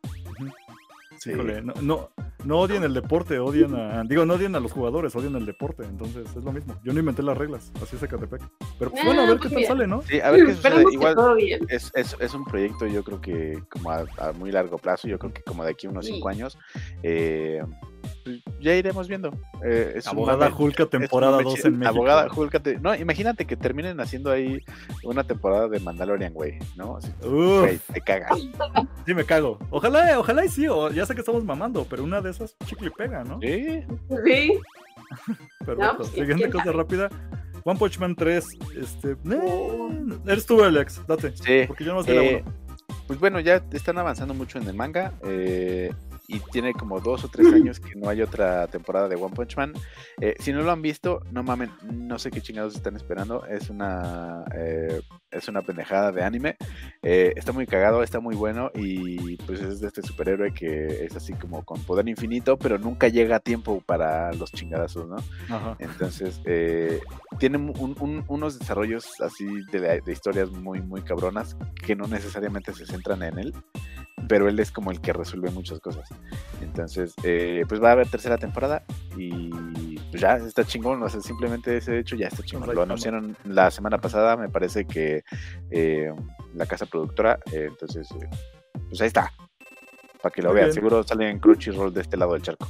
Sí. Híjole, no, no, no odien el deporte, odian a, digo, no odian a los jugadores, odian el deporte, entonces es lo mismo. Yo no inventé las reglas, así es Ecatepec. Pero pues, bueno, a ver qué tal sale, ¿no? Sí, a ver qué sucede. Igual es, es, es un proyecto, yo creo que como a, a muy largo plazo, yo creo que como de aquí a unos cinco sí. años, eh, ya iremos viendo. Eh, es Abogada Julka temporada dos en México. Abogada Julka, te... no, imagínate que terminen haciendo ahí una temporada de Mandalorian, güey, ¿no? Así, güey, te cagas. Sí, me cago. Ojalá, ojalá y sí, o ya sé que estamos mamando, pero una de esas chicle pega, ¿no? Sí. Sí. Perfecto. No, pues, siguiente cosa rápida. One Punch Man tres, este, eh, eres tú, Alex, date. Sí. Porque yo no más de la eh, Pues bueno, ya están avanzando mucho en el manga. Eh, y tiene como dos o tres años que no hay otra temporada de One Punch Man. Eh, si no lo han visto, no mamen, no sé qué chingados están esperando. Es una eh, es una pendejada de anime. Eh, está muy cagado, está muy bueno, y pues es de este superhéroe que es así como con poder infinito, pero nunca llega a tiempo para los chingadazos, ¿no? Ajá. Entonces, eh, tiene un, un, unos desarrollos así de, de historias muy, muy cabronas que no necesariamente se centran en él, pero él es como el que resuelve muchas cosas. Entonces, eh, pues va a haber tercera temporada y pues ya está chingón, o sea, simplemente ese hecho ya está chingón. Lo anunciaron la semana pasada, me parece que eh, la casa productora, eh, entonces, eh, pues ahí está, para que lo Muy vean, bien. Seguro sale en Crunchyroll de este lado del charco.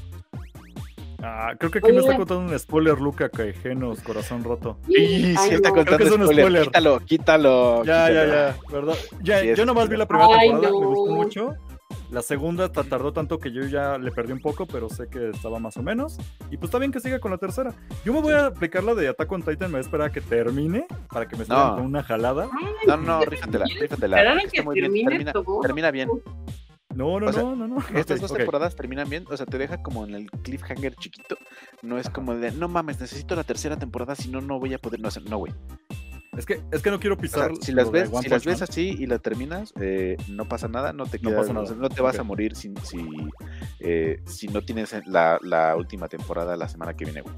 Ah, creo que aquí Oye. me está contando un spoiler, Luca Caejenos, corazón roto. Sí, sí está contando creo que es un spoiler. spoiler. Quítalo, quítalo. Ya, quítalo. ya, ya, ¿verdad? Ya, sí, yo nomás vi la primera Ay, temporada, no. me gustó mucho. La segunda tardó tanto que yo ya le perdí un poco, pero sé que estaba más o menos. Y pues está bien que siga con la tercera. Yo me voy a aplicar la de Attack on Titan, me voy a esperar a que termine, para que me salga no. con una jalada. No, no, rífatela, rífatela. Espera que termine bien. termina, termina bien. No, no, o sea, no, no, no. Estas okay, dos okay. temporadas terminan bien, o sea, te deja como en el cliffhanger chiquito. No es como de, no mames, necesito la tercera temporada, si no, no voy a poder no hacer, no, güey. Es que, es que no quiero pisar. O sea, si las ves, si las ves así y la terminas, eh, no pasa nada, no te quedas, no, no, no te vas okay. a morir sin, si, eh, si no tienes la, la última temporada la semana que viene, güey.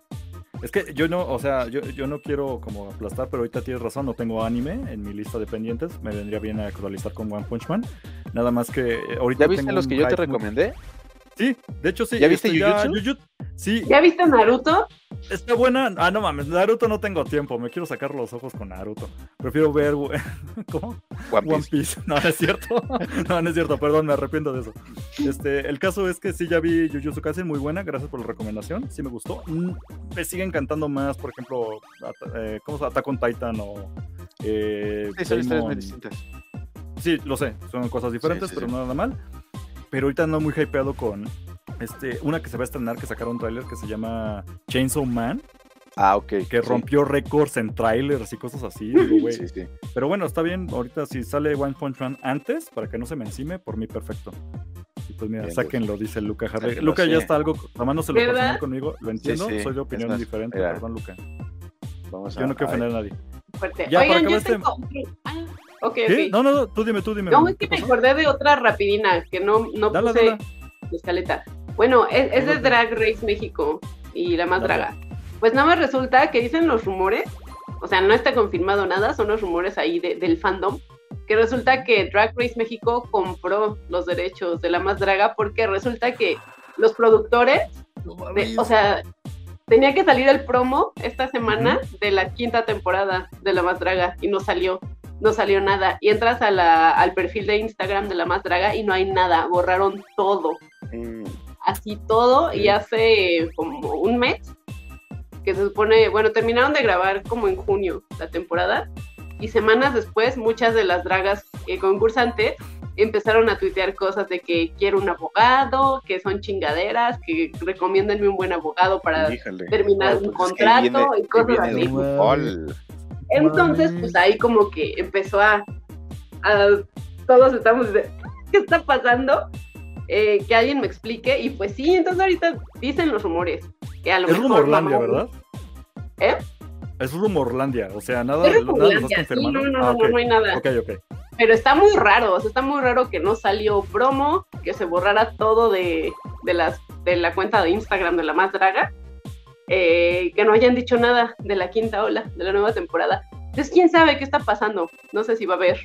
Es que yo no, o sea, yo, yo no quiero como aplastar, pero ahorita tienes razón, no tengo anime en mi lista de pendientes, me vendría bien a actualizar con One Punch Man, nada más que ahorita ¿Ya viste tengo los que yo te recomendé? Muy... Sí, de hecho sí. ¿Ya viste este, Jujutsu? Ya, Jujutsu? Sí. ¿Ya viste Naruto? Está buena. Ah, no mames, Naruto no tengo tiempo. Me quiero sacar los ojos con Naruto. Prefiero ver. ¿Cómo? One Piece. One Piece. No, no es cierto. No, no es cierto. Perdón, me arrepiento de eso. Este, el caso es que sí, ya vi Jujutsu Kaisen, muy buena. Gracias por la recomendación. Sí me gustó. Me sigue encantando más, por ejemplo, eh, ¿cómo se llama? Attack on Titan o. Eh, sí, son historias muy distintas. Sí, lo sé. Son cosas diferentes, sí, sí, pero sí. No nada mal. Pero ahorita ando muy hypeado con. Este, una que se va a estrenar, que sacaron un tráiler que se llama Chainsaw Man. Ah, ok. Que sí. rompió récords en trailers y cosas así. Digo, güey. Sí, sí. Pero bueno, está bien. Ahorita si sale One Punch Man antes, para que no se me encime, por mí perfecto. Y pues mira, bien, sáquenlo, dice Luca Harley. Luca sí. ya está algo, además no se lo personal conmigo, lo entiendo, sí, sí. soy de opinión más, diferente, mira. Perdón, Luca. Vamos a, Yo no quiero ofender a nadie. Fuerte. Ya, Oigan, yo tengo... este... ah, okay, okay. No, no, no, tú dime, tú dime. No, es que me acordé de otra rapidina, que no, no dala, puse dala. escaleta. Bueno, es, es de Drag Race México y la más dale. draga. Pues nada más resulta que dicen los rumores, o sea, no está confirmado nada, son los rumores ahí de, del fandom, que resulta que Drag Race México compró los derechos de la más draga porque resulta que los productores, de, o sea, tenía que salir el promo esta semana uh-huh. de la quinta temporada de la más draga y no salió, no salió nada. Y entras a la, al perfil de Instagram de la más draga y no hay nada, borraron todo. Mm. Así todo, y hace como un mes que se supone, bueno, terminaron de grabar como en junio la temporada, y semanas después muchas de las dragas eh, concursantes empezaron a tuitear cosas de que quiero un abogado, que son chingaderas, que recomiéndenme un buen abogado para Híjale. terminar bueno, un pues contrato es que viene, y cosas así. Wow. Entonces, pues ahí como que empezó a, a todos estamos de, ¿qué está pasando? Eh, que alguien me explique, y pues sí, entonces ahorita dicen los rumores que a lo es mejor Rumorlandia, mamá... ¿verdad? ¿Eh? Es Rumorlandia, o sea, nada, es nada nos estás confirmando. Sí, no, no, ah, no, okay. no hay nada. Ok, ok. Pero está muy raro, o sea, está muy raro que no salió promo, que se borrara todo de, de, las, de la cuenta de Instagram de la más draga, eh, que no hayan dicho nada de la quinta ola, de la nueva temporada. Entonces, ¿quién sabe qué está pasando? No sé si va a haber.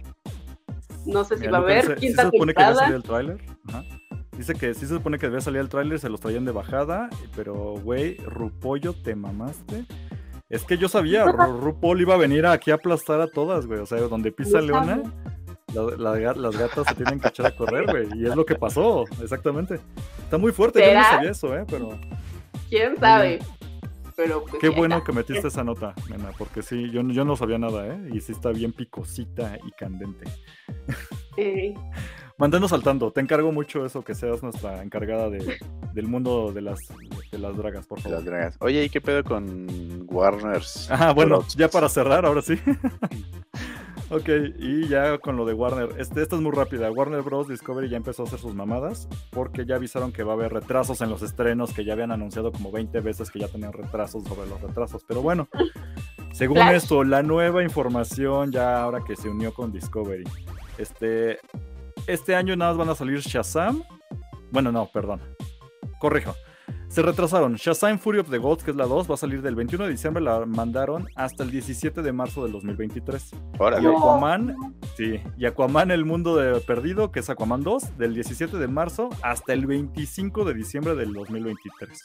No sé si Mira, va a haber se, quinta ¿sí se supone temporada. Que ya salió el tráiler? Ajá. Dice que sí se supone que debía salir el tráiler, se los traían de bajada, pero güey, Rupollo, te mamaste. Es que yo sabía, Ru- RuPaul iba a venir aquí a aplastar a todas, güey, o sea, donde pisa Leona, la, la, las gatas se tienen que echar a correr, güey, y es lo que pasó, exactamente. Está muy fuerte, yo no sabía eso, eh, pero... ¿Quién sabe? Pero pues, qué bueno está. Que metiste esa nota, nena, porque sí, yo, yo no sabía nada, eh, y sí está bien picosita y candente. Sí. Mántanos saltando, te encargo mucho eso, que seas nuestra encargada de, del mundo de las, de las dragas, por favor. Las dragas. Oye, ¿y qué pedo con Warners? Ah, bueno, ya para cerrar, ahora sí. Ok, y ya con lo de Warner, este, esta es muy rápida. Warner Bros. Discovery ya empezó a hacer sus mamadas, porque ya avisaron que va a haber retrasos en los estrenos, que ya habían anunciado como veinte veces que ya tenían retrasos sobre los retrasos. Pero bueno, según Flash. esto, la nueva información ya ahora que se unió con Discovery. Este... Este año nada más van a salir Shazam. Bueno, no, perdón. Corrijo. Se retrasaron. Shazam Fury of the Gods, que es la dos, va a salir del veintiuno de diciembre. La mandaron hasta el diecisiete de marzo del dos mil veintitrés. Órale. Y Aquaman, sí. Y Aquaman, el mundo de perdido, que es Aquaman dos, del diecisiete de marzo hasta el veinticinco de diciembre del dos mil veintitrés.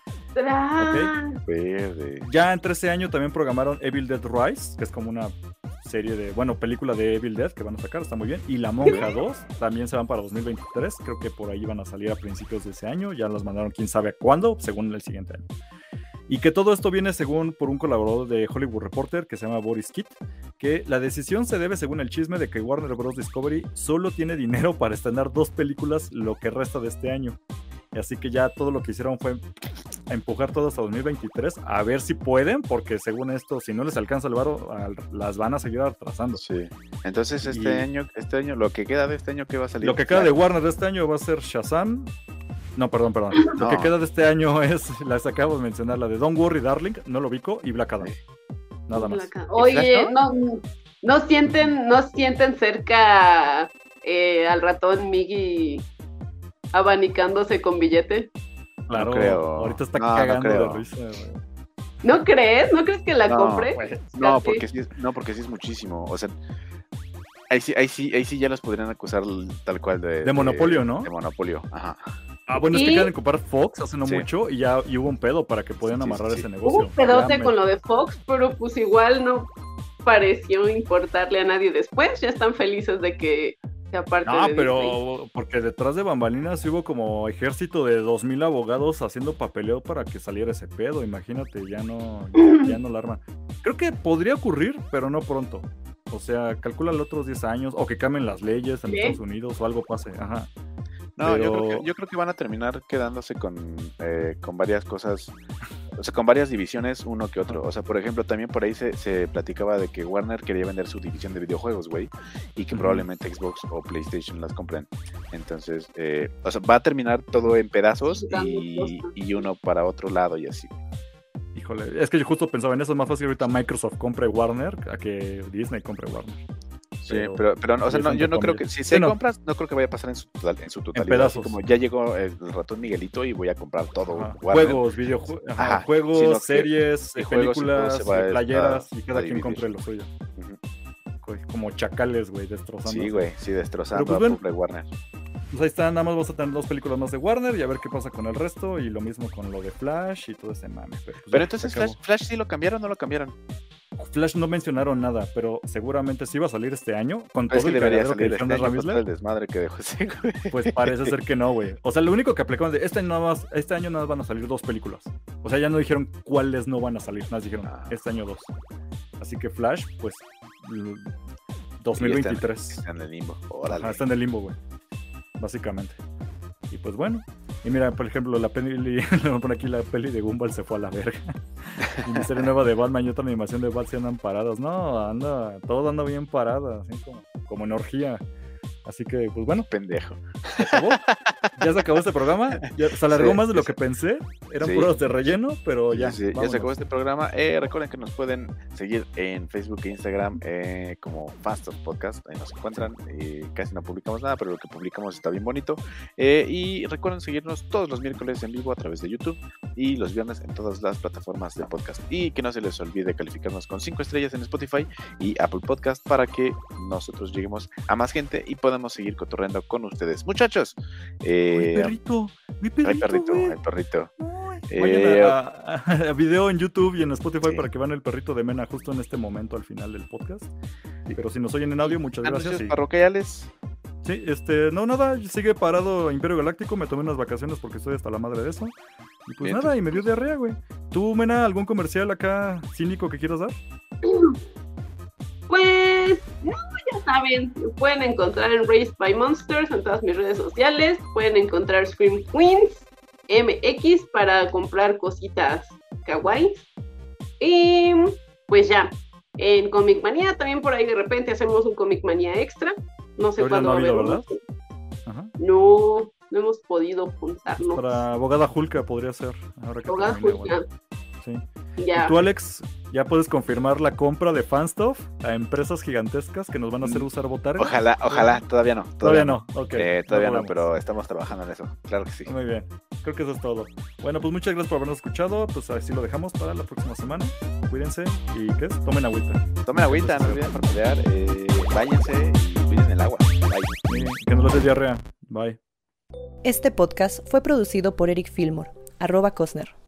¿Okay? Verde. Ya entre ese año también programaron Evil Dead Rise, que es como una serie de, bueno, película de Evil Dead que van a sacar, está muy bien. Y La Monja dos también se van para dos mil veintitrés, creo que por ahí van a salir a principios de ese año, ya las mandaron quién sabe a cuándo, según el siguiente año. Y que todo esto viene según por un colaborador de Hollywood Reporter que se llama Boris Kitt, que la decisión se debe según el chisme de que Warner Bros. Discovery solo tiene dinero para estrenar dos películas lo que resta de este año. Así que ya todo lo que hicieron fue empujar todo hasta dos mil veintitrés, a ver si pueden, porque según esto, si no les alcanza el varo, las van a seguir atrasando. Sí. Entonces este y... año, este año, lo que queda de este año, ¿qué va a salir? Lo que queda de Warner de este año va a ser Shazam. No, perdón, perdón. No. Lo que queda de este año es, las acabo de mencionar, la de Don't Worry Darling, no lo ubico, y Black Adam. Nada más. Oye, no, no sienten, no sienten cerca eh, al ratón Miggy. abanicándose con billete. Claro, no creo. Ahorita está no, cagando no de risa, güey. ¿No crees? ¿No crees que la no, compre? Pues, no, porque sí es, no, porque sí es muchísimo. O sea, ahí sí, ahí sí, ahí sí ya los podrían acusar tal cual de... De, de monopolio, ¿no? De monopolio, ajá. Ah, bueno, ¿Y? es que quedan de comprar Fox hace no sí. mucho y ya y hubo un pedo para que podían sí, amarrar sí, sí. ese negocio. Hubo un pedote ya con me... lo de Fox, pero pues igual no pareció importarle a nadie después. Ya están felices de que sea parte No, de pero Disney. porque detrás de bambalinas hubo como ejército de dos mil abogados haciendo papeleo para que saliera ese pedo. Imagínate, ya no, ya no la arman. Creo que podría ocurrir, pero no pronto. O sea, calcula los otros diez años o que cambien las leyes en ¿Sí? Estados Unidos o algo pase. Ajá. No, pero... yo, creo que, yo creo que van a terminar quedándose con, eh, con varias cosas, o sea, con varias divisiones, uno que otro. O sea, por ejemplo, también por ahí se, se platicaba de que Warner quería vender su división de videojuegos, güey, y que uh-huh. probablemente Xbox o PlayStation las compren. Entonces, eh, o sea, va a terminar todo en pedazos y, y uno para otro lado y así. Híjole, es que yo justo pensaba en eso, es más fácil ahorita Microsoft compre Warner a que Disney compre Warner. Sí, pero, pero, pero o sea, no, yo no creo que, si se sí, no. compras, no creo que vaya a pasar en su, en su totalidad. En pedazos. Como ya llegó el ratón Miguelito y voy a comprar todo. Juegos, videojuegos, juegos, sino series, que, películas, juegos playeras, a, y cada quien compre lo suyo. Uh-huh. Como chacales, güey, destrozando. Sí, güey, sí, destrozando pues, a bueno, pobre Warner. Pues ahí está, nada más vamos a tener dos películas más de Warner y a ver qué pasa con el resto, y lo mismo con lo de Flash y todo ese mame. Pero, pues, pero entonces, Flash, Flash sí lo cambiaron o no lo cambiaron. Flash no mencionaron nada, pero seguramente sí va a salir este año con todo es que el cagadero que dijeron de Ramírez. El desmadre que dejó ese, güey. Pues parece ser que no, güey. O sea, lo único que aplicaron de este año nada más, este año nada más van a salir dos películas. O sea, ya no dijeron cuáles no van a salir, nada más dijeron ah. este año dos. Así que Flash, pues dos mil veintitrés. Sí, está, está en el limbo. Ajá, está en el limbo, güey. Básicamente. Y pues bueno. Y mira, por ejemplo, la peli, le voy a poner aquí la peli de Gumball se fue a la verga. Y mi serie nueva de Batman y otra animación de Batman se andan paradas. No, anda, todo anda bien parada, así como, como en orgía. Así que, pues bueno. Pendejo. ¿Se acabó? Ya se acabó este programa. Ya se alargó sí, más de lo que pensé. Eran sí. puros de relleno, pero ya. Sí, sí. Ya se acabó este programa. Eh, recuerden que nos pueden seguir en Facebook e Instagram eh, como Fast of Podcast. Ahí nos encuentran. Eh, casi no publicamos nada, pero lo que publicamos está bien bonito. Eh, y recuerden seguirnos todos los miércoles en vivo a través de YouTube y los viernes en todas las plataformas de podcast. Y que no se les olvide calificarnos con cinco estrellas en Spotify y Apple Podcast para que nosotros lleguemos a más gente y podamos podemos seguir cotorreando con ustedes. Muchachos, eh, mi perrito, mi perrito, el perrito, güey. el perrito. Eh, a, a, a video en YouTube y en Spotify sí. para que vean el perrito de Mena justo en este momento al final del podcast. Sí. Pero si nos oyen en audio, muchas gracias. ¿Anuncios parroquiales? Sí, este, no, nada, sigue parado Imperio Galáctico, me tomé unas vacaciones porque estoy hasta la madre de eso. Y pues Bien, nada, y me dio diarrea, güey. ¿Tú, Mena, algún comercial acá cínico que quieras dar? Pues, no, ya saben, me pueden encontrar en Raised by Monsters en todas mis redes sociales, pueden encontrar Scream Queens M X para comprar cositas kawaii. Y pues ya, en Comic Manía también por ahí de repente hacemos un Comic Manía extra, no sé cuándo va a haber, ¿verdad? Ajá. No, no hemos podido juntarnos. Para Abogada Julka podría ser. Ahora que Abogada Julka. Sí. Ya. Y tú, Alex, ya puedes confirmar la compra de Fanstuff a empresas gigantescas que nos van a hacer usar botargas. Ojalá, ojalá, todavía no. Todavía, todavía no, ok. Eh, todavía no, no, pero estamos trabajando en eso, claro que sí. Muy bien, creo que eso es todo. Bueno, pues muchas gracias por habernos escuchado, pues así lo dejamos para la próxima semana. Cuídense y ¿qué es? Tomen agüita. Tomen agüita, no olviden parpadear, eh, váyanse y cuiden el agua. Bye. Sí, que no les dé diarrea. Bye. Este podcast fue producido por Eric Fillmore, arroba Cosner.